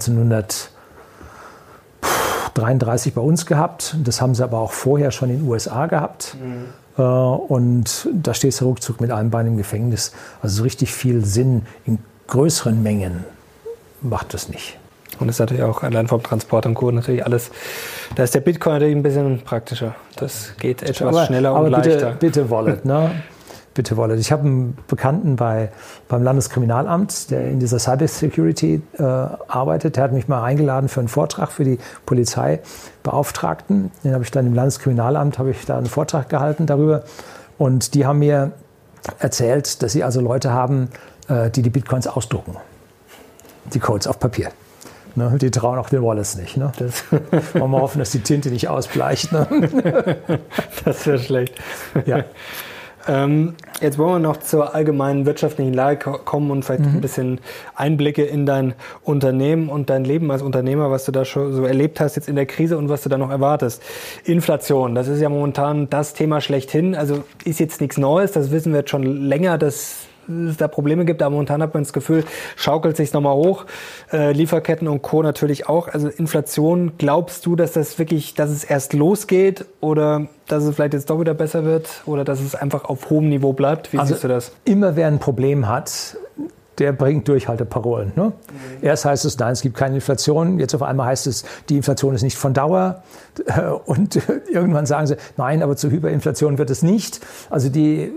neunzehnhundertdreiunddreißig bei uns gehabt. Das haben sie aber auch vorher schon in den U S A gehabt. Mhm. Und da stehst du ruckzuck mit einem Bein im Gefängnis. Also so richtig viel Sinn in größeren Mengen macht das nicht. Und das ist natürlich auch allein vom Transport und Co. natürlich alles. Da ist der Bitcoin natürlich ein bisschen praktischer. Das geht etwas aber, schneller und aber leichter. Bitte, bitte Wallet, ne? Bitte Wallet. Ich habe einen Bekannten bei, beim Landeskriminalamt, der in dieser Cybersecurity äh, arbeitet. Der hat mich mal eingeladen für einen Vortrag für die Polizeibeauftragten. Den habe ich dann im Landeskriminalamt habe ich da einen Vortrag gehalten darüber. Und die haben mir erzählt, dass sie also Leute haben, äh, die die Bitcoins ausdrucken. Die Codes auf Papier. Ne, die trauen auch den Wallets nicht. Ne? Das wollen wir hoffen, dass die Tinte nicht ausbleicht. Ne? Das wäre schlecht. Ja. Ähm, jetzt wollen wir noch zur allgemeinen wirtschaftlichen Lage kommen und vielleicht mhm. ein bisschen Einblicke in dein Unternehmen und dein Leben als Unternehmer, was du da schon so erlebt hast jetzt in der Krise und was du da noch erwartest. Inflation, das ist ja momentan das Thema schlechthin. Also ist jetzt nichts Neues, das wissen wir jetzt schon länger, dass es da Probleme gibt, aber momentan hat man das Gefühl, schaukelt sich nochmal hoch. Äh, Lieferketten und Co. natürlich auch. Also Inflation, glaubst du, dass das wirklich, dass es erst losgeht oder dass es vielleicht jetzt doch wieder besser wird oder dass es einfach auf hohem Niveau bleibt? Wie also siehst du das? Immer wer ein Problem hat, der bringt Durchhalteparolen. Ne? Mhm. Erst heißt es, nein, es gibt keine Inflation. Jetzt auf einmal heißt es, die Inflation ist nicht von Dauer. Und irgendwann sagen sie, nein, aber zur Hyperinflation wird es nicht. Also die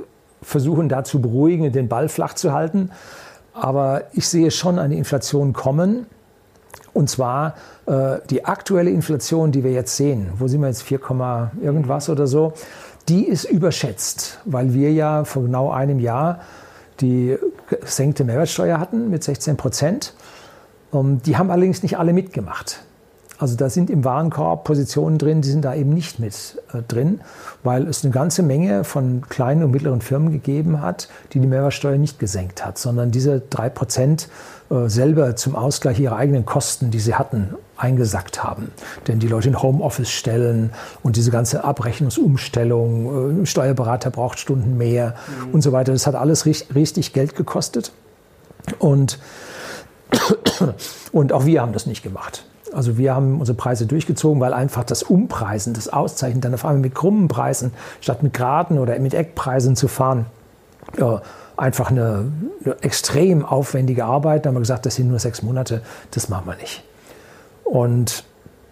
versuchen da zu beruhigen, den Ball flach zu halten. Aber ich sehe schon eine Inflation kommen. Und zwar äh, die aktuelle Inflation, die wir jetzt sehen, wo sind wir jetzt, vier, irgendwas oder so, die ist überschätzt, weil wir ja vor genau einem Jahr die gesenkte Mehrwertsteuer hatten mit sechzehn Prozent. Um, die haben allerdings nicht alle mitgemacht. Also da sind im Warenkorb Positionen drin, die sind da eben nicht mit äh, drin, weil es eine ganze Menge von kleinen und mittleren Firmen gegeben hat, die die Mehrwertsteuer nicht gesenkt hat, sondern diese drei Prozent äh, selber zum Ausgleich ihrer eigenen Kosten, die sie hatten, eingesackt haben. Denn die Leute in Homeoffice stellen und diese ganze Abrechnungsumstellung, äh, Steuerberater braucht Stunden mehr mhm. und so weiter, das hat alles richtig, richtig Geld gekostet. Und, und auch wir haben das nicht gemacht. Also wir haben unsere Preise durchgezogen, weil einfach das Umpreisen, das Auszeichnen dann auf einmal mit krummen Preisen statt mit geraden oder mit Eckpreisen zu fahren, ja, einfach eine, eine extrem aufwendige Arbeit. Da haben wir gesagt, das sind nur sechs Monate, das machen wir nicht. Und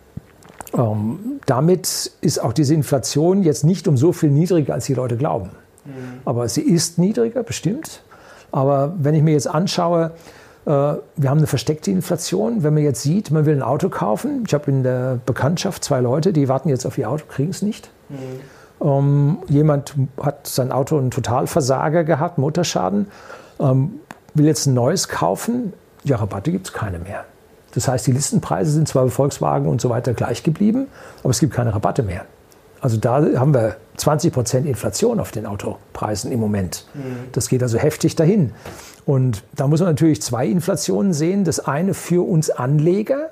ähm, damit ist auch diese Inflation jetzt nicht um so viel niedriger, als die Leute glauben. Mhm. Aber sie ist niedriger, bestimmt. Aber wenn ich mir jetzt anschaue, wir haben eine versteckte Inflation. Wenn man jetzt sieht, man will ein Auto kaufen. Ich habe in der Bekanntschaft zwei Leute, die warten jetzt auf ihr Auto, kriegen es nicht. Mhm. Um, jemand hat sein Auto einen Totalversager gehabt, Motorschaden, um, will jetzt ein neues kaufen. Ja, Rabatte gibt es keine mehr. Das heißt, die Listenpreise sind zwar bei Volkswagen und so weiter gleich geblieben, aber es gibt keine Rabatte mehr. Also da haben wir zwanzig Prozent Inflation auf den Autopreisen im Moment. Mhm. Das geht also heftig dahin. Und da muss man natürlich zwei Inflationen sehen. Das eine für uns Anleger,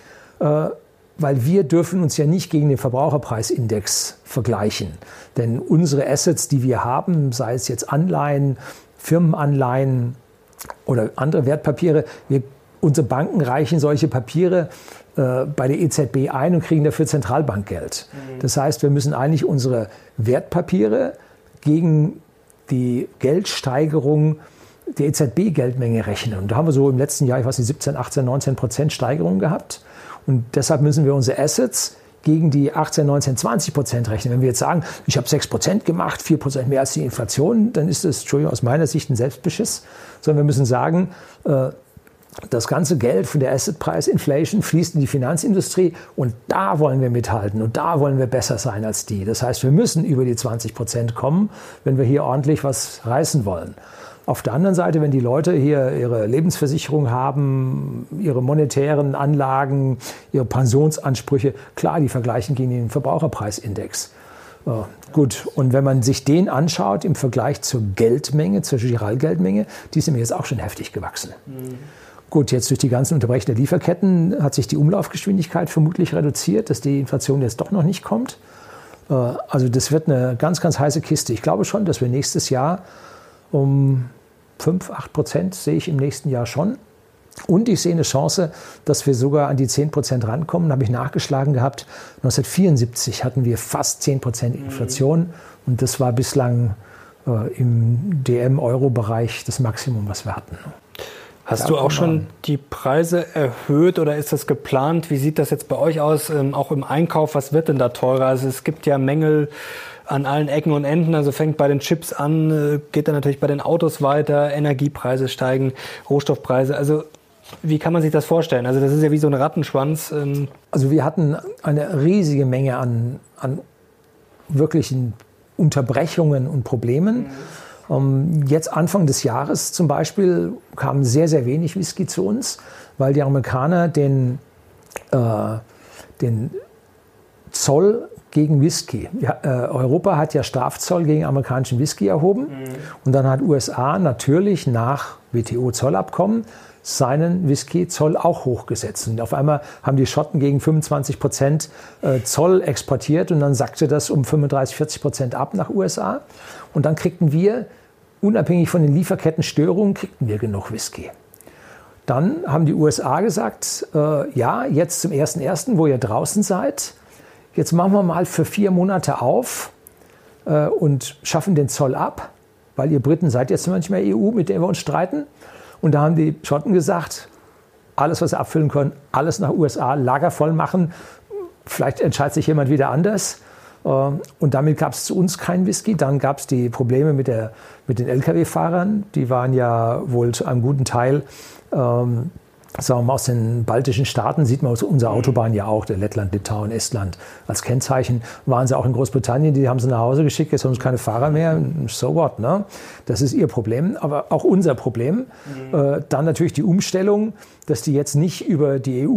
äh, weil wir dürfen uns ja nicht gegen den Verbraucherpreisindex vergleichen. Denn unsere Assets, die wir haben, sei es jetzt Anleihen, Firmenanleihen oder andere Wertpapiere, wir, unsere Banken reichen solche Papiere äh, bei der E Z B ein und kriegen dafür Zentralbankgeld. Mhm. Das heißt, wir müssen eigentlich unsere Wertpapiere gegen die Geldsteigerung der E Z B-Geldmenge rechnen. Und da haben wir so im letzten Jahr, ich weiß nicht, siebzehn, achtzehn, neunzehn Prozent Steigerung gehabt. Und deshalb müssen wir unsere Assets gegen die achtzehn, neunzehn, zwanzig Prozent rechnen. Wenn wir jetzt sagen, ich habe sechs Prozent gemacht, vier Prozent mehr als die Inflation, dann ist das, Entschuldigung, aus meiner Sicht ein Selbstbeschiss. Sondern wir müssen sagen, äh, das ganze Geld von der Assetpreis-Inflation fließt in die Finanzindustrie und da wollen wir mithalten und da wollen wir besser sein als die. Das heißt, wir müssen über die zwanzig Prozent kommen, wenn wir hier ordentlich was reißen wollen. Auf der anderen Seite, wenn die Leute hier ihre Lebensversicherung haben, ihre monetären Anlagen, ihre Pensionsansprüche, klar, die vergleichen gegen den Verbraucherpreisindex. Äh, gut, und wenn man sich den anschaut im Vergleich zur Geldmenge, zur Giralgeldmenge, die ist nämlich jetzt auch schon heftig gewachsen. Mhm. Gut, jetzt durch die ganzen Unterbrechungen der Lieferketten hat sich die Umlaufgeschwindigkeit vermutlich reduziert, dass die Inflation jetzt doch noch nicht kommt. Äh, also das wird eine ganz, ganz heiße Kiste. Ich glaube schon, dass wir nächstes Jahr um fünf, acht Prozent sehe ich im nächsten Jahr schon. Und ich sehe eine Chance, dass wir sogar an die zehn Prozent rankommen. Da habe ich nachgeschlagen gehabt. neunzehnhundertvierundsiebzig hatten wir fast zehn Prozent Inflation. Mhm. Und das war bislang äh, im D M-Euro-Bereich das Maximum, was wir hatten. Hast du auch schon die Preise erhöht oder ist das geplant? Wie sieht das jetzt bei euch aus, ähm, auch im Einkauf? Was wird denn da teurer? Also es gibt ja Mängel an allen Ecken und Enden, also fängt bei den Chips an, geht dann natürlich bei den Autos weiter, Energiepreise steigen, Rohstoffpreise. Also wie kann man sich das vorstellen? Also das ist ja wie so ein Rattenschwanz. Also wir hatten eine riesige Menge an, an wirklichen Unterbrechungen und Problemen. Mhm. Jetzt Anfang des Jahres zum Beispiel kam sehr, sehr wenig Whisky zu uns, weil die Amerikaner den, äh, den Zoll gegen Whisky. Ja, äh, Europa hat ja Strafzoll gegen amerikanischen Whisky erhoben. Mhm. Und dann hat U S A natürlich nach W T O-Zollabkommen seinen Whisky-Zoll auch hochgesetzt. Und auf einmal haben die Schotten gegen fünfundzwanzig Prozent äh, Zoll exportiert und dann sackte das um fünfunddreißig, vierzig Prozent ab nach U S A. Und dann kriegten wir, unabhängig von den Lieferkettenstörungen, kriegten wir genug Whisky. Dann haben die U S A gesagt, äh, ja, jetzt zum ersten ersten, wo ihr draußen seid, jetzt machen wir mal für vier Monate auf äh, und schaffen den Zoll ab, weil ihr Briten seid jetzt nicht mehr E U, mit der wir uns streiten. Und da haben die Schotten gesagt, alles, was sie abfüllen können, alles nach U S A, Lager voll machen. Vielleicht entscheidet sich jemand wieder anders. Und damit gab es zu uns kein Whisky. Dann gab es die Probleme mit, der, mit den L K W-Fahrern. Die waren ja wohl zu einem guten Teil ähm, sagen wir mal, aus den baltischen Staaten, sieht man aus unserer Autobahn ja auch, der Lettland, Litauen, Estland als Kennzeichen. Waren sie auch in Großbritannien, die haben sie nach Hause geschickt, jetzt haben sie keine Fahrer mehr, so what, ne? Das ist ihr Problem, aber auch unser Problem. Mhm. Äh, dann natürlich die Umstellung, dass die jetzt nicht über die E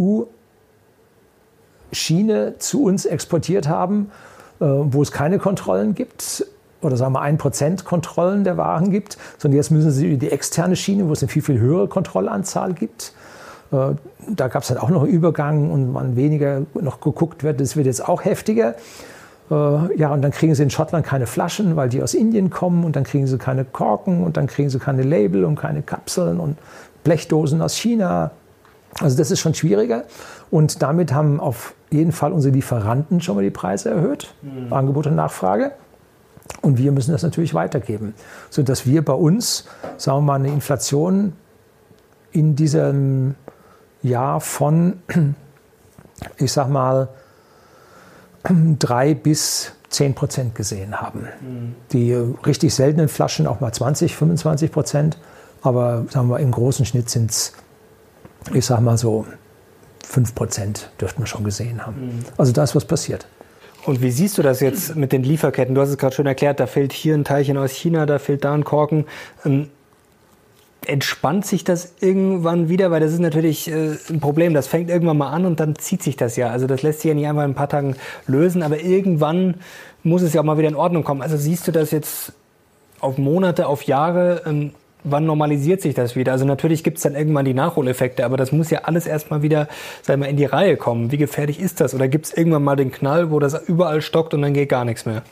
U-Schiene zu uns exportiert haben, äh, wo es keine Kontrollen gibt, oder sagen wir ein Prozent Kontrollen der Waren gibt, sondern jetzt müssen sie über die externe Schiene, wo es eine viel, viel höhere Kontrollanzahl gibt. Da gab es dann auch noch einen Übergang und wann weniger noch geguckt wird, das wird jetzt auch heftiger. Ja, und dann kriegen sie in Schottland keine Flaschen, weil die aus Indien kommen, und dann kriegen sie keine Korken und dann kriegen sie keine Label und keine Kapseln und Blechdosen aus China. Also das ist schon schwieriger, und damit haben auf jeden Fall unsere Lieferanten schon mal die Preise erhöht, mhm. Angebot und Nachfrage. Und wir müssen das natürlich weitergeben, sodass wir bei uns, sagen wir mal, eine Inflation in diesem Jahr von, ich sag mal, drei bis zehn Prozent gesehen haben. Mhm. Die richtig seltenen Flaschen auch mal zwanzig, fünfundzwanzig Prozent, aber sagen wir, im großen Schnitt sind es, ich sag mal so, fünf Prozent dürften wir schon gesehen haben. Mhm. Also da ist was passiert. Und wie siehst du das jetzt mit den Lieferketten? Du hast es gerade schon erklärt, da fehlt hier ein Teilchen aus China, da fehlt da ein Korken. Ähm, Entspannt sich das irgendwann wieder? Weil das ist natürlich äh, ein Problem. Das fängt irgendwann mal an und dann zieht sich das ja. Also das lässt sich ja nicht einfach in ein paar Tagen lösen. Aber irgendwann muss es ja auch mal wieder in Ordnung kommen. Also siehst du das jetzt auf Monate, auf Jahre? Ähm, wann normalisiert sich das wieder? Also natürlich gibt es dann irgendwann die Nachholeffekte. Aber das muss ja alles erstmal wieder, sagen wir, in die Reihe kommen. Wie gefährlich ist das? Oder gibt es irgendwann mal den Knall, wo das überall stockt und dann geht gar nichts mehr?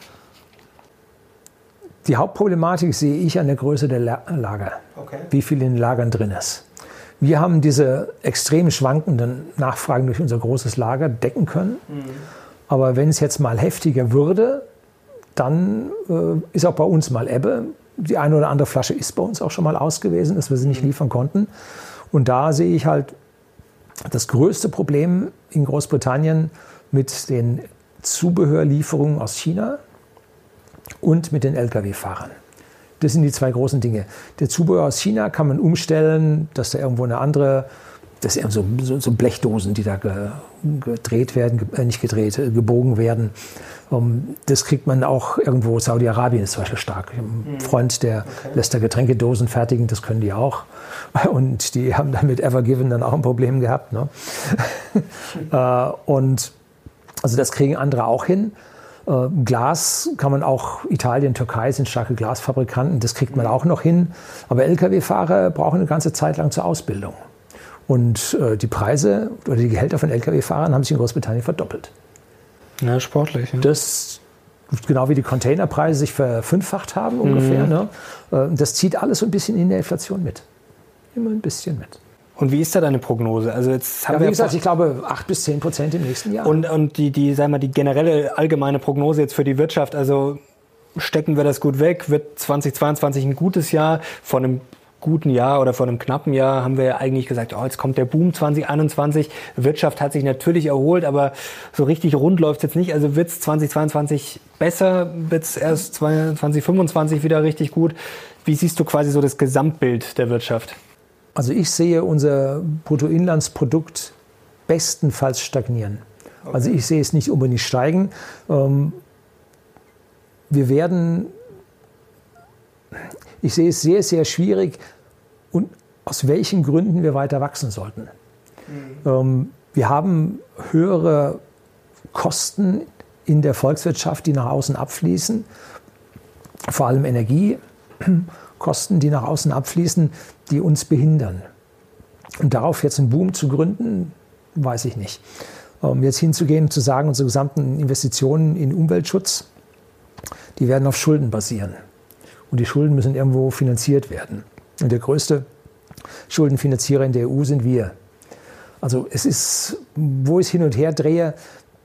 Die Hauptproblematik sehe ich an der Größe der Lager, okay. Wie viel in den Lagern drin ist. Wir haben diese extrem schwankenden Nachfragen durch unser großes Lager decken können. Mhm. Aber wenn es jetzt mal heftiger würde, dann äh, ist auch bei uns mal Ebbe. Die eine oder andere Flasche ist bei uns auch schon mal aus gewesen, dass wir sie nicht mhm. liefern konnten. Und da sehe ich halt das größte Problem in Großbritannien mit den Zubehörlieferungen aus China und mit den L K W-Fahrern. Das sind die zwei großen Dinge. Der Zubehör aus China kann man umstellen, dass da irgendwo eine andere, das sind so, so, so Blechdosen, die da ge, gedreht werden, äh, nicht gedreht, äh, gebogen werden. Um, das kriegt man auch irgendwo, Saudi-Arabien ist zum Beispiel stark. Ich habe einen Freund, der okay. lässt da Getränkedosen fertigen, das können die auch. Und die haben dann mit Ever Given dann auch ein Problem gehabt. Ne? äh, und also das kriegen andere auch hin. Glas kann man auch, Italien, Türkei sind starke Glasfabrikanten, das kriegt man auch noch hin. Aber L K W-Fahrer brauchen eine ganze Zeit lang zur Ausbildung. Und äh, die Preise oder die Gehälter von L K W-Fahrern haben sich in Großbritannien verdoppelt. Ja, sportlich. Ja. Das, genau wie die Containerpreise sich verfünffacht haben ungefähr. Mhm. Ne? Das zieht alles so ein bisschen in der Inflation mit. Immer ein bisschen mit. Und wie ist da deine Prognose? Also jetzt haben ja, wie wir gesagt, ich glaube acht bis zehn Prozent im nächsten Jahr. Und, und die, die, sagen wir, die generelle allgemeine Prognose jetzt für die Wirtschaft, also stecken wir das gut weg? Wird zweitausendzweiundzwanzig ein gutes Jahr? Vor einem guten Jahr oder vor einem knappen Jahr haben wir ja eigentlich gesagt, oh, jetzt kommt der Boom zwanzig einundzwanzig. Wirtschaft hat sich natürlich erholt, aber so richtig rund läuft es jetzt nicht. Also wird es zweitausendzweiundzwanzig besser? Wird es erst zwanzig fünfundzwanzig wieder richtig gut? Wie siehst du quasi so das Gesamtbild der Wirtschaft? Also ich sehe unser Bruttoinlandsprodukt bestenfalls stagnieren. Okay. Also ich sehe es nicht unbedingt steigen. Wir werden, ich sehe es sehr, sehr schwierig, und aus welchen Gründen wir weiter wachsen sollten. Mhm. Wir haben höhere Kosten in der Volkswirtschaft, die nach außen abfließen, vor allem Energie. Kosten, die nach außen abfließen, die uns behindern. Und darauf jetzt einen Boom zu gründen, weiß ich nicht. Um jetzt hinzugehen, zu sagen, unsere gesamten Investitionen in Umweltschutz, die werden auf Schulden basieren. Und die Schulden müssen irgendwo finanziert werden. Und der größte Schuldenfinanzierer in der E U sind wir. Also es ist, wo ich es hin und her drehe,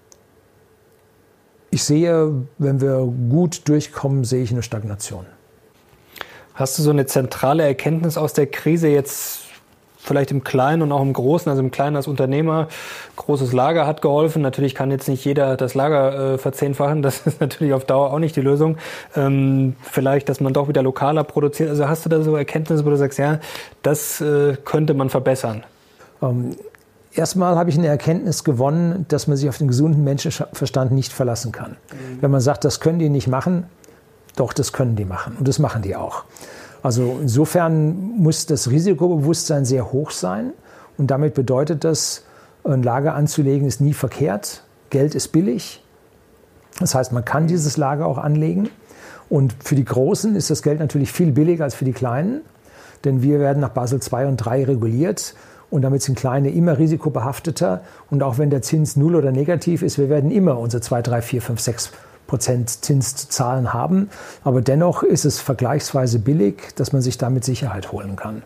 ich sehe, wenn wir gut durchkommen, sehe ich eine Stagnation. Hast du so eine zentrale Erkenntnis aus der Krise jetzt vielleicht im Kleinen und auch im Großen, also im Kleinen als Unternehmer, großes Lager hat geholfen. Natürlich kann jetzt nicht jeder das Lager äh, verzehnfachen, das ist natürlich auf Dauer auch nicht die Lösung. Ähm, vielleicht, dass man doch wieder lokaler produziert. Also hast du da so Erkenntnisse, wo du sagst, ja, das äh, könnte man verbessern? Um, erstmal habe ich eine Erkenntnis gewonnen, dass man sich auf den gesunden Menschenverstand nicht verlassen kann. Mhm. Wenn man sagt, das können die nicht machen, doch, das können die machen und das machen die auch. Also insofern muss das Risikobewusstsein sehr hoch sein und damit bedeutet das, ein Lager anzulegen ist nie verkehrt. Geld ist billig. Das heißt, man kann dieses Lager auch anlegen. Und für die Großen ist das Geld natürlich viel billiger als für die Kleinen, denn wir werden nach Basel zwei und drei reguliert und damit sind Kleine immer risikobehafteter. Und auch wenn der Zins null oder negativ ist, wir werden immer unsere zwei, drei, vier, fünf, sechs Prozent Zins zu zahlen haben. Aber dennoch ist es vergleichsweise billig, dass man sich damit Sicherheit holen kann.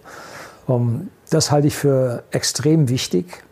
Das halte ich für extrem wichtig.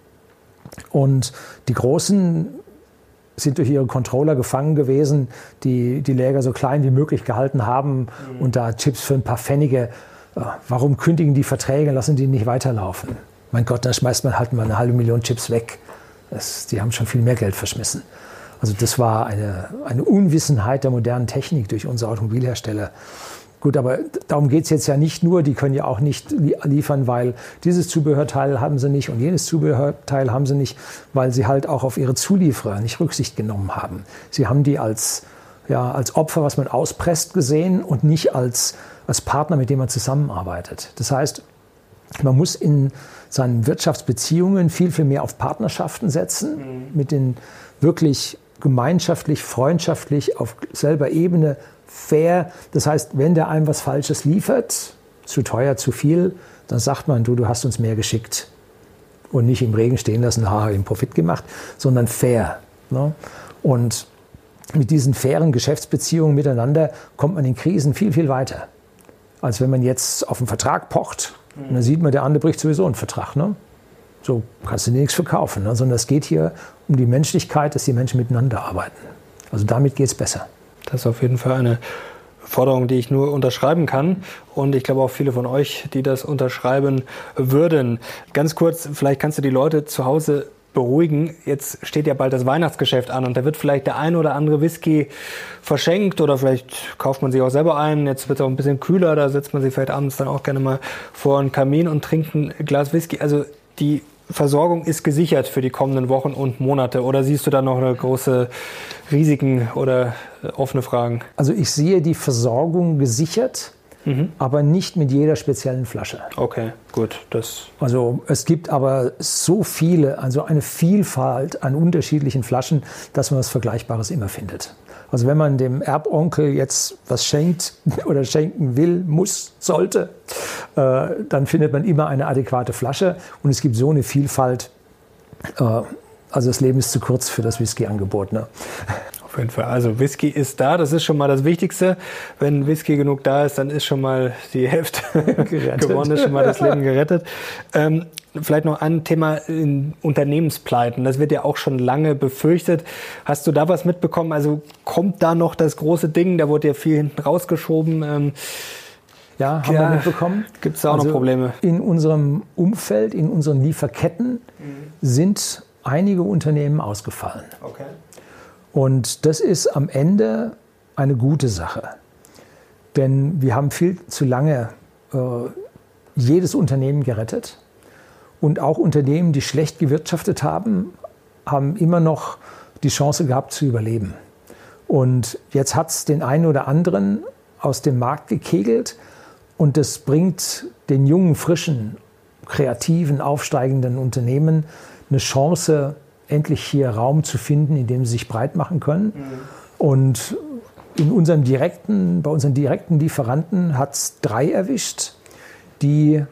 Und die Großen sind durch ihre Controller gefangen gewesen, die die Läger so klein wie möglich gehalten haben mhm. und da Chips für ein paar Pfennige. Warum kündigen die Verträge, lassen die nicht weiterlaufen? Mein Gott, da schmeißt man halt mal eine halbe Million Chips weg. Das, die haben schon viel mehr Geld verschmissen. Also das war eine, eine Unwissenheit der modernen Technik durch unsere Automobilhersteller. Gut, aber darum geht es jetzt ja nicht nur, die können ja auch nicht liefern, weil dieses Zubehörteil haben sie nicht und jenes Zubehörteil haben sie nicht, weil sie halt auch auf ihre Zulieferer nicht Rücksicht genommen haben. Sie haben die als, ja, als Opfer, was man auspresst, gesehen und nicht als, als Partner, mit dem man zusammenarbeitet. Das heißt, man muss in seinen Wirtschaftsbeziehungen viel, viel mehr auf Partnerschaften setzen, mhm. mit den wirklich gemeinschaftlich, freundschaftlich, auf selber Ebene, fair. Das heißt, wenn der einem was Falsches liefert, zu teuer, zu viel, dann sagt man, du, du hast uns mehr geschickt. Und nicht im Regen stehen lassen, haha, im Profit gemacht, sondern fair. Ne? Und mit diesen fairen Geschäftsbeziehungen miteinander kommt man in Krisen viel, viel weiter. Als wenn man jetzt auf einen Vertrag pocht. Mhm. Und dann sieht man, der andere bricht sowieso einen Vertrag. Ne? So kannst du dir nichts verkaufen, ne? Sondern es geht hier um die Menschlichkeit, dass die Menschen miteinander arbeiten. Also damit geht es besser. Das ist auf jeden Fall eine Forderung, die ich nur unterschreiben kann. Und ich glaube auch viele von euch, die das unterschreiben würden. Ganz kurz, vielleicht kannst du die Leute zu Hause beruhigen. Jetzt steht ja bald das Weihnachtsgeschäft an und da wird vielleicht der ein oder andere Whisky verschenkt oder vielleicht kauft man sich auch selber ein. Jetzt wird es auch ein bisschen kühler, da setzt man sich vielleicht abends dann auch gerne mal vor einen Kamin und trinkt ein Glas Whisky. Also die Versorgung ist gesichert für die kommenden Wochen und Monate oder siehst du da noch eine große Risiken oder offene Fragen? Also ich sehe die Versorgung gesichert, mhm. aber nicht mit jeder speziellen Flasche. Okay, gut. Das also es gibt aber so viele, also eine Vielfalt an unterschiedlichen Flaschen, dass man was Vergleichbares immer findet. Also wenn man dem Erbonkel jetzt was schenkt oder schenken will, muss, sollte, äh, dann findet man immer eine adäquate Flasche. Und es gibt so eine Vielfalt. Äh, also das Leben ist zu kurz für das Whisky-Angebot. Ne? Auf jeden Fall. Also Whisky ist da, das ist schon mal das Wichtigste. Wenn Whisky genug da ist, dann ist schon mal die Hälfte gewonnen, ist schon mal das Leben gerettet. Ähm, Vielleicht noch ein Thema in Unternehmenspleiten. Das wird ja auch schon lange befürchtet. Hast du da was mitbekommen? Also kommt da noch das große Ding? Da wurde ja viel hinten rausgeschoben. Ähm, ja, haben ja, wir mitbekommen. Gibt es da auch also noch Probleme? In unserem Umfeld, in unseren Lieferketten mhm. sind einige Unternehmen ausgefallen. Okay. Und das ist am Ende eine gute Sache. Denn wir haben viel zu lange äh, jedes Unternehmen gerettet. Und auch Unternehmen, die schlecht gewirtschaftet haben, haben immer noch die Chance gehabt zu überleben. Und jetzt hat es den einen oder anderen aus dem Markt gekegelt. Und das bringt den jungen, frischen, kreativen, aufsteigenden Unternehmen eine Chance, endlich hier Raum zu finden, in dem sie sich breit machen können. Mhm. Und in unserem direkten, bei unseren direkten Lieferanten hat es drei erwischt, die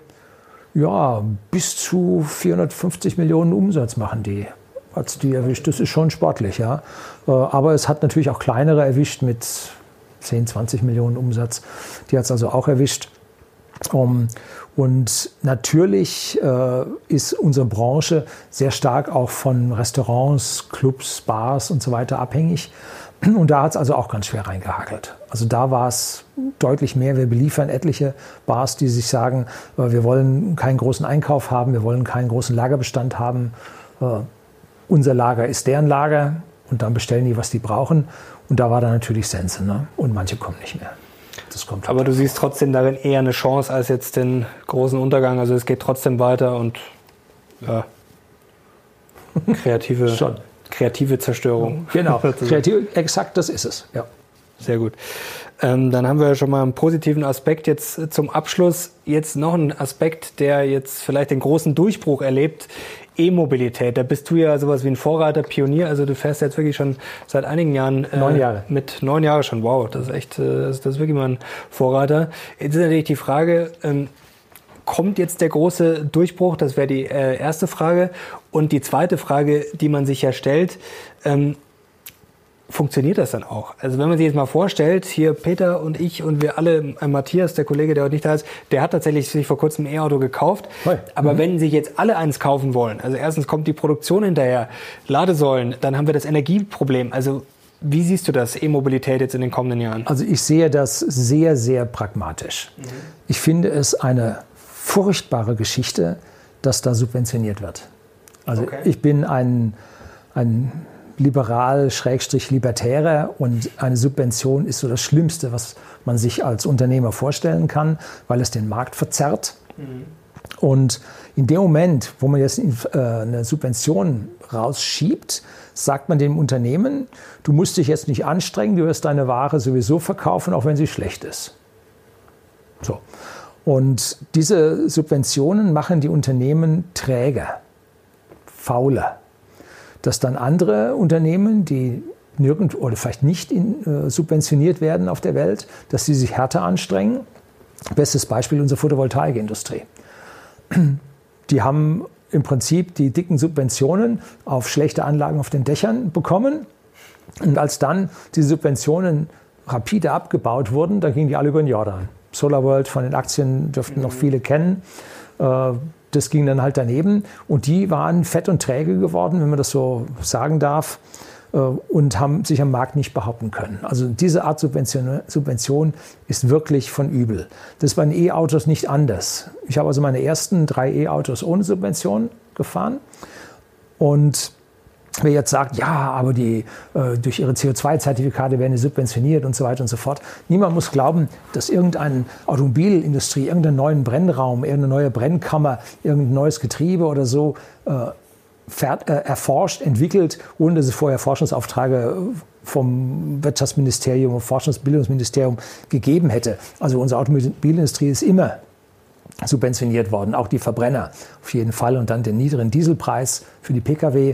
ja, bis zu vierhundertfünfzig Millionen Umsatz machen die. Hat's die erwischt. Das ist schon sportlich, ja. Aber es hat natürlich auch kleinere erwischt mit zehn, zwanzig Millionen Umsatz. Die hat es also auch erwischt. Und natürlich ist unsere Branche sehr stark auch von Restaurants, Clubs, Bars und so weiter abhängig. Und da hat es also auch ganz schwer reingehakelt. Also da war es deutlich mehr. Wir beliefern etliche Bars, die sich sagen, wir wollen keinen großen Einkauf haben, wir wollen keinen großen Lagerbestand haben. Unser Lager ist deren Lager und dann bestellen die, was die brauchen. Und da war dann natürlich Sense, ne? Und manche kommen nicht mehr. Das kommt Aber du siehst trotzdem darin eher eine Chance als jetzt den großen Untergang. Also es geht trotzdem weiter und ja, kreative... Schon. Kreative Zerstörung. Genau, kreative, exakt das ist es. Ja. Sehr gut. Ähm, dann haben wir schon mal einen positiven Aspekt jetzt zum Abschluss. Jetzt noch ein Aspekt, der jetzt vielleicht den großen Durchbruch erlebt. E-Mobilität. Da bist du ja sowas wie ein Vorreiter, Pionier. Also du fährst jetzt wirklich schon seit einigen Jahren. Äh, neun Jahre. Mit neun Jahren schon. Wow, das ist echt, äh, das, das ist wirklich mal ein Vorreiter. Jetzt ist natürlich die Frage, ähm, kommt jetzt der große Durchbruch? Das wäre die äh, erste Frage. Und die zweite Frage, die man sich ja stellt, ähm, funktioniert das dann auch? Also wenn man sich jetzt mal vorstellt, hier Peter und ich und wir alle, äh, Matthias, der Kollege, der heute nicht da ist, der hat tatsächlich sich vor kurzem ein E-Auto gekauft. Hey. Aber mhm. wenn sich jetzt alle eins kaufen wollen, also erstens kommt die Produktion hinterher, Ladesäulen, dann haben wir das Energieproblem. Also wie siehst du das, E-Mobilität jetzt in den kommenden Jahren? Also ich sehe das sehr, sehr pragmatisch. Mhm. Ich finde es eine furchtbare Geschichte, dass da subventioniert wird. Also okay. Ich bin ein, ein liberal, schrägstrich libertärer und eine Subvention ist so das Schlimmste, was man sich als Unternehmer vorstellen kann, weil es den Markt verzerrt. Mhm. Und in dem Moment, wo man jetzt eine Subvention rausschiebt, sagt man dem Unternehmen, du musst dich jetzt nicht anstrengen, du wirst deine Ware sowieso verkaufen, auch wenn sie schlecht ist. So. Und diese Subventionen machen die Unternehmen träger, fauler. Dass dann andere Unternehmen, die nirgend oder vielleicht nicht in, äh, subventioniert werden auf der Welt, dass sie sich härter anstrengen. Bestes Beispiel unsere Photovoltaikindustrie. Die haben im Prinzip die dicken Subventionen auf schlechte Anlagen auf den Dächern bekommen. Und als dann die Subventionen rapide abgebaut wurden, dann gingen die alle über den Jordan. SolarWorld von den Aktien dürften noch viele kennen. Das ging dann halt daneben. Und die waren fett und träge geworden, wenn man das so sagen darf, und haben sich am Markt nicht behaupten können. Also diese Art Subvention, Subvention ist wirklich von übel. Das ist bei den E-Autos nicht anders. Ich habe also meine ersten drei E-Autos ohne Subvention gefahren. Und wer jetzt sagt, ja, aber die äh, durch ihre C O zwei Zertifikate werden die subventioniert und so weiter und so fort. Niemand muss glauben, dass irgendeine Automobilindustrie, irgendeinen neuen Brennraum, irgendeine neue Brennkammer, irgendein neues Getriebe oder so äh, fährt, äh, erforscht, entwickelt, ohne dass es vorher Forschungsaufträge vom Wirtschaftsministerium und Forschungsbildungsministerium gegeben hätte. Also unsere Automobilindustrie ist immer subventioniert worden, auch die Verbrenner auf jeden Fall und dann den niedrigen Dieselpreis für die Pkw.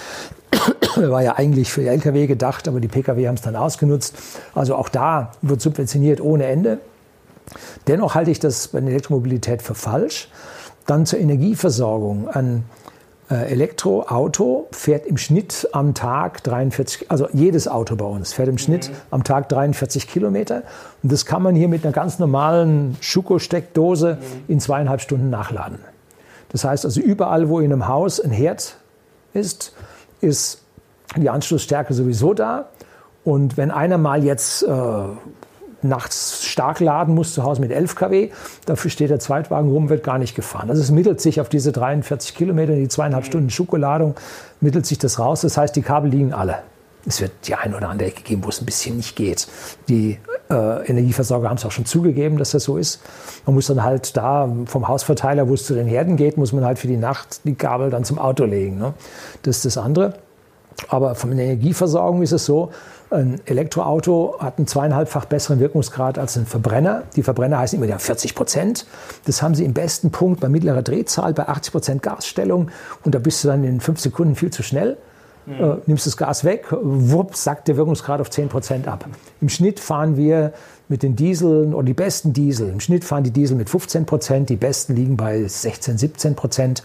War ja eigentlich für L K W gedacht, aber die Pkw haben es dann ausgenutzt. Also auch da wird subventioniert ohne Ende. Dennoch halte ich das bei der Elektromobilität für falsch. Dann zur Energieversorgung. Ein Elektroauto fährt im Schnitt am Tag dreiundvierzig, also jedes Auto bei uns fährt im Schnitt mhm. am Tag dreiundvierzig Kilometer. Und das kann man hier mit einer ganz normalen Schuko-Steckdose mhm. in zweieinhalb Stunden nachladen. Das heißt also überall, wo in einem Haus ein Herd ist, ist die Anschlussstärke sowieso da. Und wenn einer mal jetzt äh, nachts stark laden muss zu Hause mit elf Kilowatt, dafür steht der Zweitwagen rum, wird gar nicht gefahren. Also es mittelt sich auf diese dreiundvierzig Kilometer, die zweieinhalb Stunden Schokoladung, mittelt sich das raus. Das heißt, die Kabel liegen alle. Es wird die eine oder andere Ecke geben, wo es ein bisschen nicht geht. Die äh, Energieversorger haben es auch schon zugegeben, dass das so ist. Man muss dann halt da vom Hausverteiler, wo es zu den Herden geht, muss man halt für die Nacht die Kabel dann zum Auto legen. Ne? Das ist das andere. Aber von der Energieversorgung ist es so, ein Elektroauto hat einen zweieinhalbfach besseren Wirkungsgrad als ein Verbrenner. Die Verbrenner heißen immer, die haben vierzig Prozent. Das haben sie im besten Punkt bei mittlerer Drehzahl, bei achtzig Prozent Gasstellung. Und da bist du dann in fünf Sekunden viel zu schnell. Mhm. Äh, nimmst das Gas weg, wupp, sackt der Wirkungsgrad auf zehn Prozent ab. Im Schnitt fahren wir mit den Dieseln oder die besten Diesel. Im Schnitt fahren die Diesel mit fünfzehn Prozent, die besten liegen bei sechzehn, siebzehn Prozent.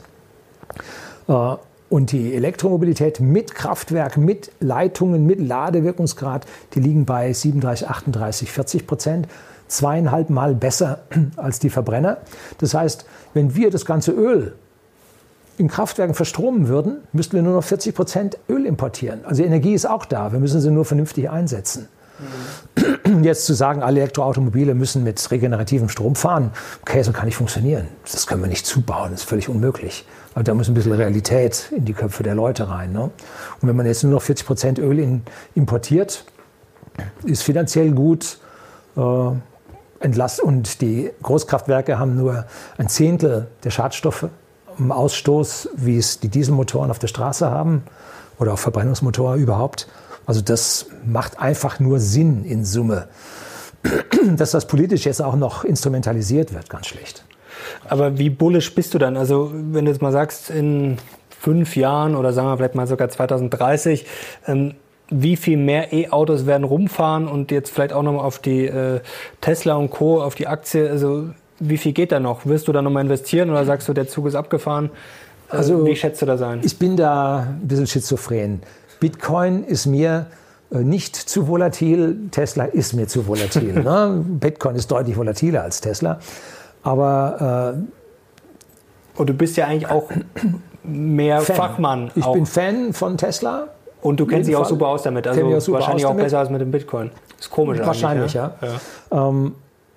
Äh, Und die Elektromobilität mit Kraftwerk, mit Leitungen, mit Ladewirkungsgrad, die liegen bei siebenunddreißig, achtunddreißig, vierzig Prozent. Zweieinhalb Mal besser als die Verbrenner. Das heißt, wenn wir das ganze Öl in Kraftwerken verstromen würden, müssten wir nur noch vierzig Prozent Öl importieren. Also Energie ist auch da, wir müssen sie nur vernünftig einsetzen. Mhm. Jetzt zu sagen, alle Elektroautomobile müssen mit regenerativem Strom fahren, okay, so kann nicht funktionieren. Das können wir nicht zubauen, das ist völlig unmöglich. Aber da muss ein bisschen Realität in die Köpfe der Leute rein. Ne? Und wenn man jetzt nur noch vierzig Prozent Öl in, importiert, ist finanziell gut, äh, entlastet. Und die Großkraftwerke haben nur ein Zehntel der Schadstoffe im Ausstoß, wie es die Dieselmotoren auf der Straße haben oder auch Verbrennungsmotoren überhaupt. Also das macht einfach nur Sinn in Summe. Dass das politisch jetzt auch noch instrumentalisiert wird, ganz schlecht. Aber wie bullisch bist du dann? Also wenn du jetzt mal sagst, in fünf Jahren oder sagen wir vielleicht mal sogar zwanzig dreißig, ähm, wie viel mehr E-Autos werden rumfahren und jetzt vielleicht auch nochmal auf die äh, Tesla und Co., auf die Aktie, also wie viel geht da noch? Wirst du da nochmal investieren oder sagst du, der Zug ist abgefahren? Also, wie schätzt du das ein? Ich bin da ein bisschen schizophren. Bitcoin ist mir äh, nicht zu volatil, Tesla ist mir zu volatil. Ne? Bitcoin ist deutlich volatiler als Tesla. Aber äh, und du bist ja eigentlich auch mehr Fan. Fachmann. Ich auch. bin Fan von Tesla. Und du kennst dich auch super aus damit. Also auch wahrscheinlich auch damit. besser als mit dem Bitcoin. Ist komisch wahrscheinlich, ja. ja. ja. Ähm,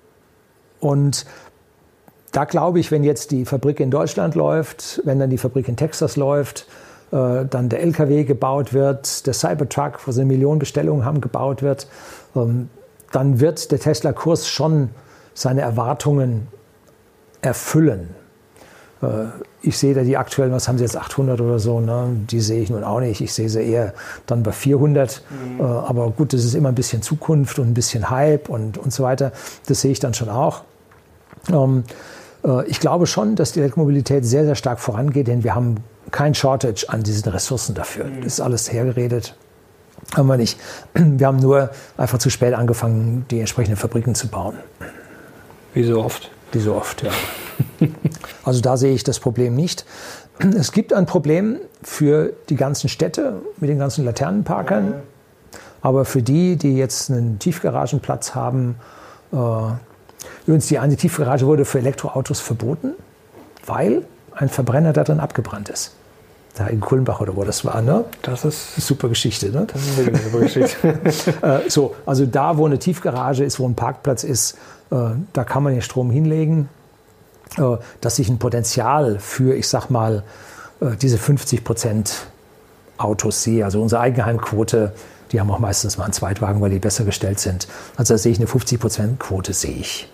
und da glaube ich, wenn jetzt die Fabrik in Deutschland läuft, wenn dann die Fabrik in Texas läuft, äh, dann der L K W gebaut wird, der Cybertruck, wo sie eine Million Bestellungen haben, gebaut wird, ähm, dann wird der Tesla-Kurs schon seine Erwartungen erfüllen. Äh, ich sehe da die aktuellen, was haben sie jetzt, achthundert oder so, ne? Die sehe ich nun auch nicht. Ich sehe sie eher dann bei vierhundert. Mhm. Äh, aber gut, das ist immer ein bisschen Zukunft und ein bisschen Hype und, und so weiter. Das sehe ich dann schon auch. Ähm, äh, ich glaube schon, dass die Elektromobilität sehr, sehr stark vorangeht, denn wir haben kein Shortage an diesen Ressourcen dafür. Mhm. Das ist alles hergeredet. Haben wir nicht. Wir haben nur einfach zu spät angefangen, die entsprechenden Fabriken zu bauen. Wie so oft. Wie so oft, ja. Also da sehe ich das Problem nicht. Es gibt ein Problem für die ganzen Städte mit den ganzen Laternenparkern. Aber für die, die jetzt einen Tiefgaragenplatz haben, äh, übrigens die eine Tiefgarage wurde für Elektroautos verboten, weil ein Verbrenner da drin abgebrannt ist. Da in Kulmbach oder wo das war, ne? Das ist eine super Geschichte, ne? Das ist eine super Geschichte. äh, so, also da, wo eine Tiefgarage ist, wo ein Parkplatz ist, äh, da kann man den Strom hinlegen, äh, dass ich ein Potenzial für, ich sag mal, äh, diese fünfzig Prozent Autos sehe. Also unsere Eigenheimquote, die haben auch meistens mal einen Zweitwagen, weil die besser gestellt sind. Also da sehe ich eine fünfzig Prozent Quote, sehe ich.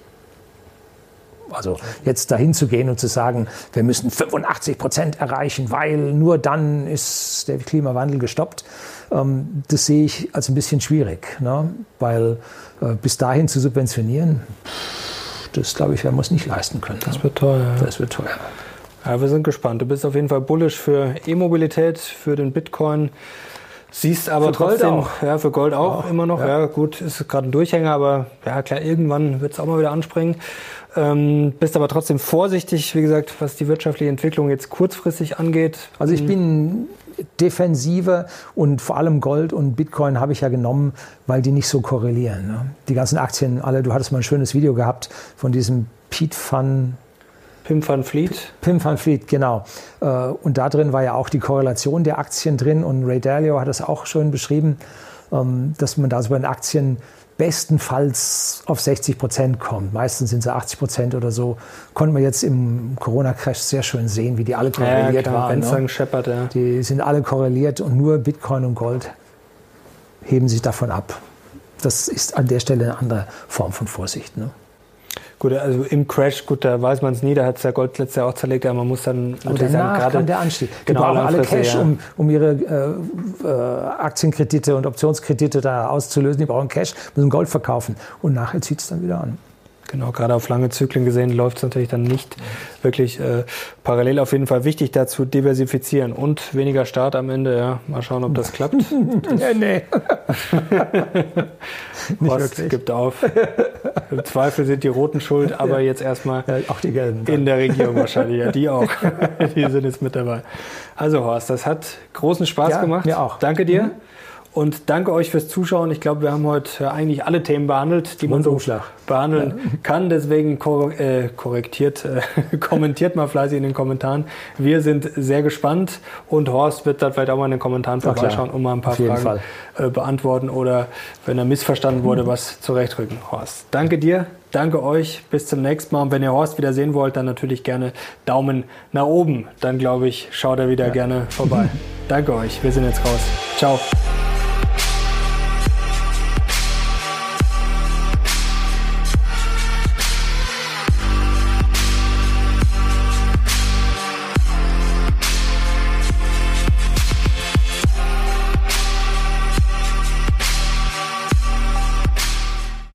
Also jetzt dahin zu gehen und zu sagen, wir müssen fünfundachtzig Prozent erreichen, weil nur dann ist der Klimawandel gestoppt, ähm, das sehe ich als ein bisschen schwierig. Ne? Weil äh, bis dahin zu subventionieren, das glaube ich, werden wir uns nicht leisten können. Das wird teuer. Ja. Das wird teuer. Ja, wir sind gespannt. Du bist auf jeden Fall bullish für E-Mobilität, für den Bitcoin. Siehst aber für trotzdem, Gold auch. Ja, für Gold auch, auch immer noch. Ja. Ja, gut, ist gerade ein Durchhänger, aber ja klar, irgendwann wird es auch mal wieder anspringen. Ähm, bist aber trotzdem vorsichtig, wie gesagt, was die wirtschaftliche Entwicklung jetzt kurzfristig angeht. Also ich bin defensiver und vor allem Gold und Bitcoin habe ich ja genommen, weil die nicht so korrelieren. Ne? Die ganzen Aktien, alle, du hattest mal ein schönes Video gehabt von diesem Pete van... Pim van Fleet. Pim van Fleet, genau. Und da drin war ja auch die Korrelation der Aktien drin und Ray Dalio hat das auch schön beschrieben, dass man da so bei den Aktien bestenfalls auf sechzig Prozent kommt. Meistens sind es achtzig Prozent oder so. Konnte man jetzt im Corona-Crash sehr schön sehen, wie die alle korreliert ja, waren. Ne? Shepherd, ja. Die sind alle korreliert und nur Bitcoin und Gold heben sich davon ab. Das ist an der Stelle eine andere Form von Vorsicht. Ne? Gut, also im Crash, gut, da weiß man es nie, da hat es der Gold letztes Jahr auch zerlegt, aber man muss dann natürlich sagen, gerade kam der Anstieg. Die genau, brauchen alle Cash, ja. um, um ihre äh, äh, Aktienkredite und Optionskredite da auszulösen. Die brauchen Cash, müssen Gold verkaufen und nachher zieht es dann wieder an. Genau, gerade auf lange Zyklen gesehen läuft es natürlich dann nicht wirklich äh, parallel. Auf jeden Fall wichtig, da zu diversifizieren und weniger Start am Ende. Ja, mal schauen, ob das klappt. nee, nee. Post gibt auf. Im Zweifel sind die Roten schuld, aber jetzt erstmal ja, auch die Gelben. In der Regierung wahrscheinlich. Ja, die auch. Die sind jetzt mit dabei. Also Horst, das hat großen Spaß ja, gemacht. Mir auch. Danke dir. Mhm. Und danke euch fürs Zuschauen. Ich glaube, wir haben heute ja eigentlich alle Themen behandelt, die man so behandeln ja. kann. Deswegen kor- äh, korrektiert, äh, kommentiert mal fleißig in den Kommentaren. Wir sind sehr gespannt und Horst wird da vielleicht auch mal in den Kommentaren vorbeischauen und mal ein paar Fragen äh, beantworten oder wenn er missverstanden wurde, was zurechtrücken. Horst, danke dir. Danke euch, bis zum nächsten Mal. Und wenn ihr Horst wieder sehen wollt, dann natürlich gerne Daumen nach oben. Dann glaube ich, schaut er wieder ja. gerne vorbei. Danke euch, wir sind jetzt raus. Ciao.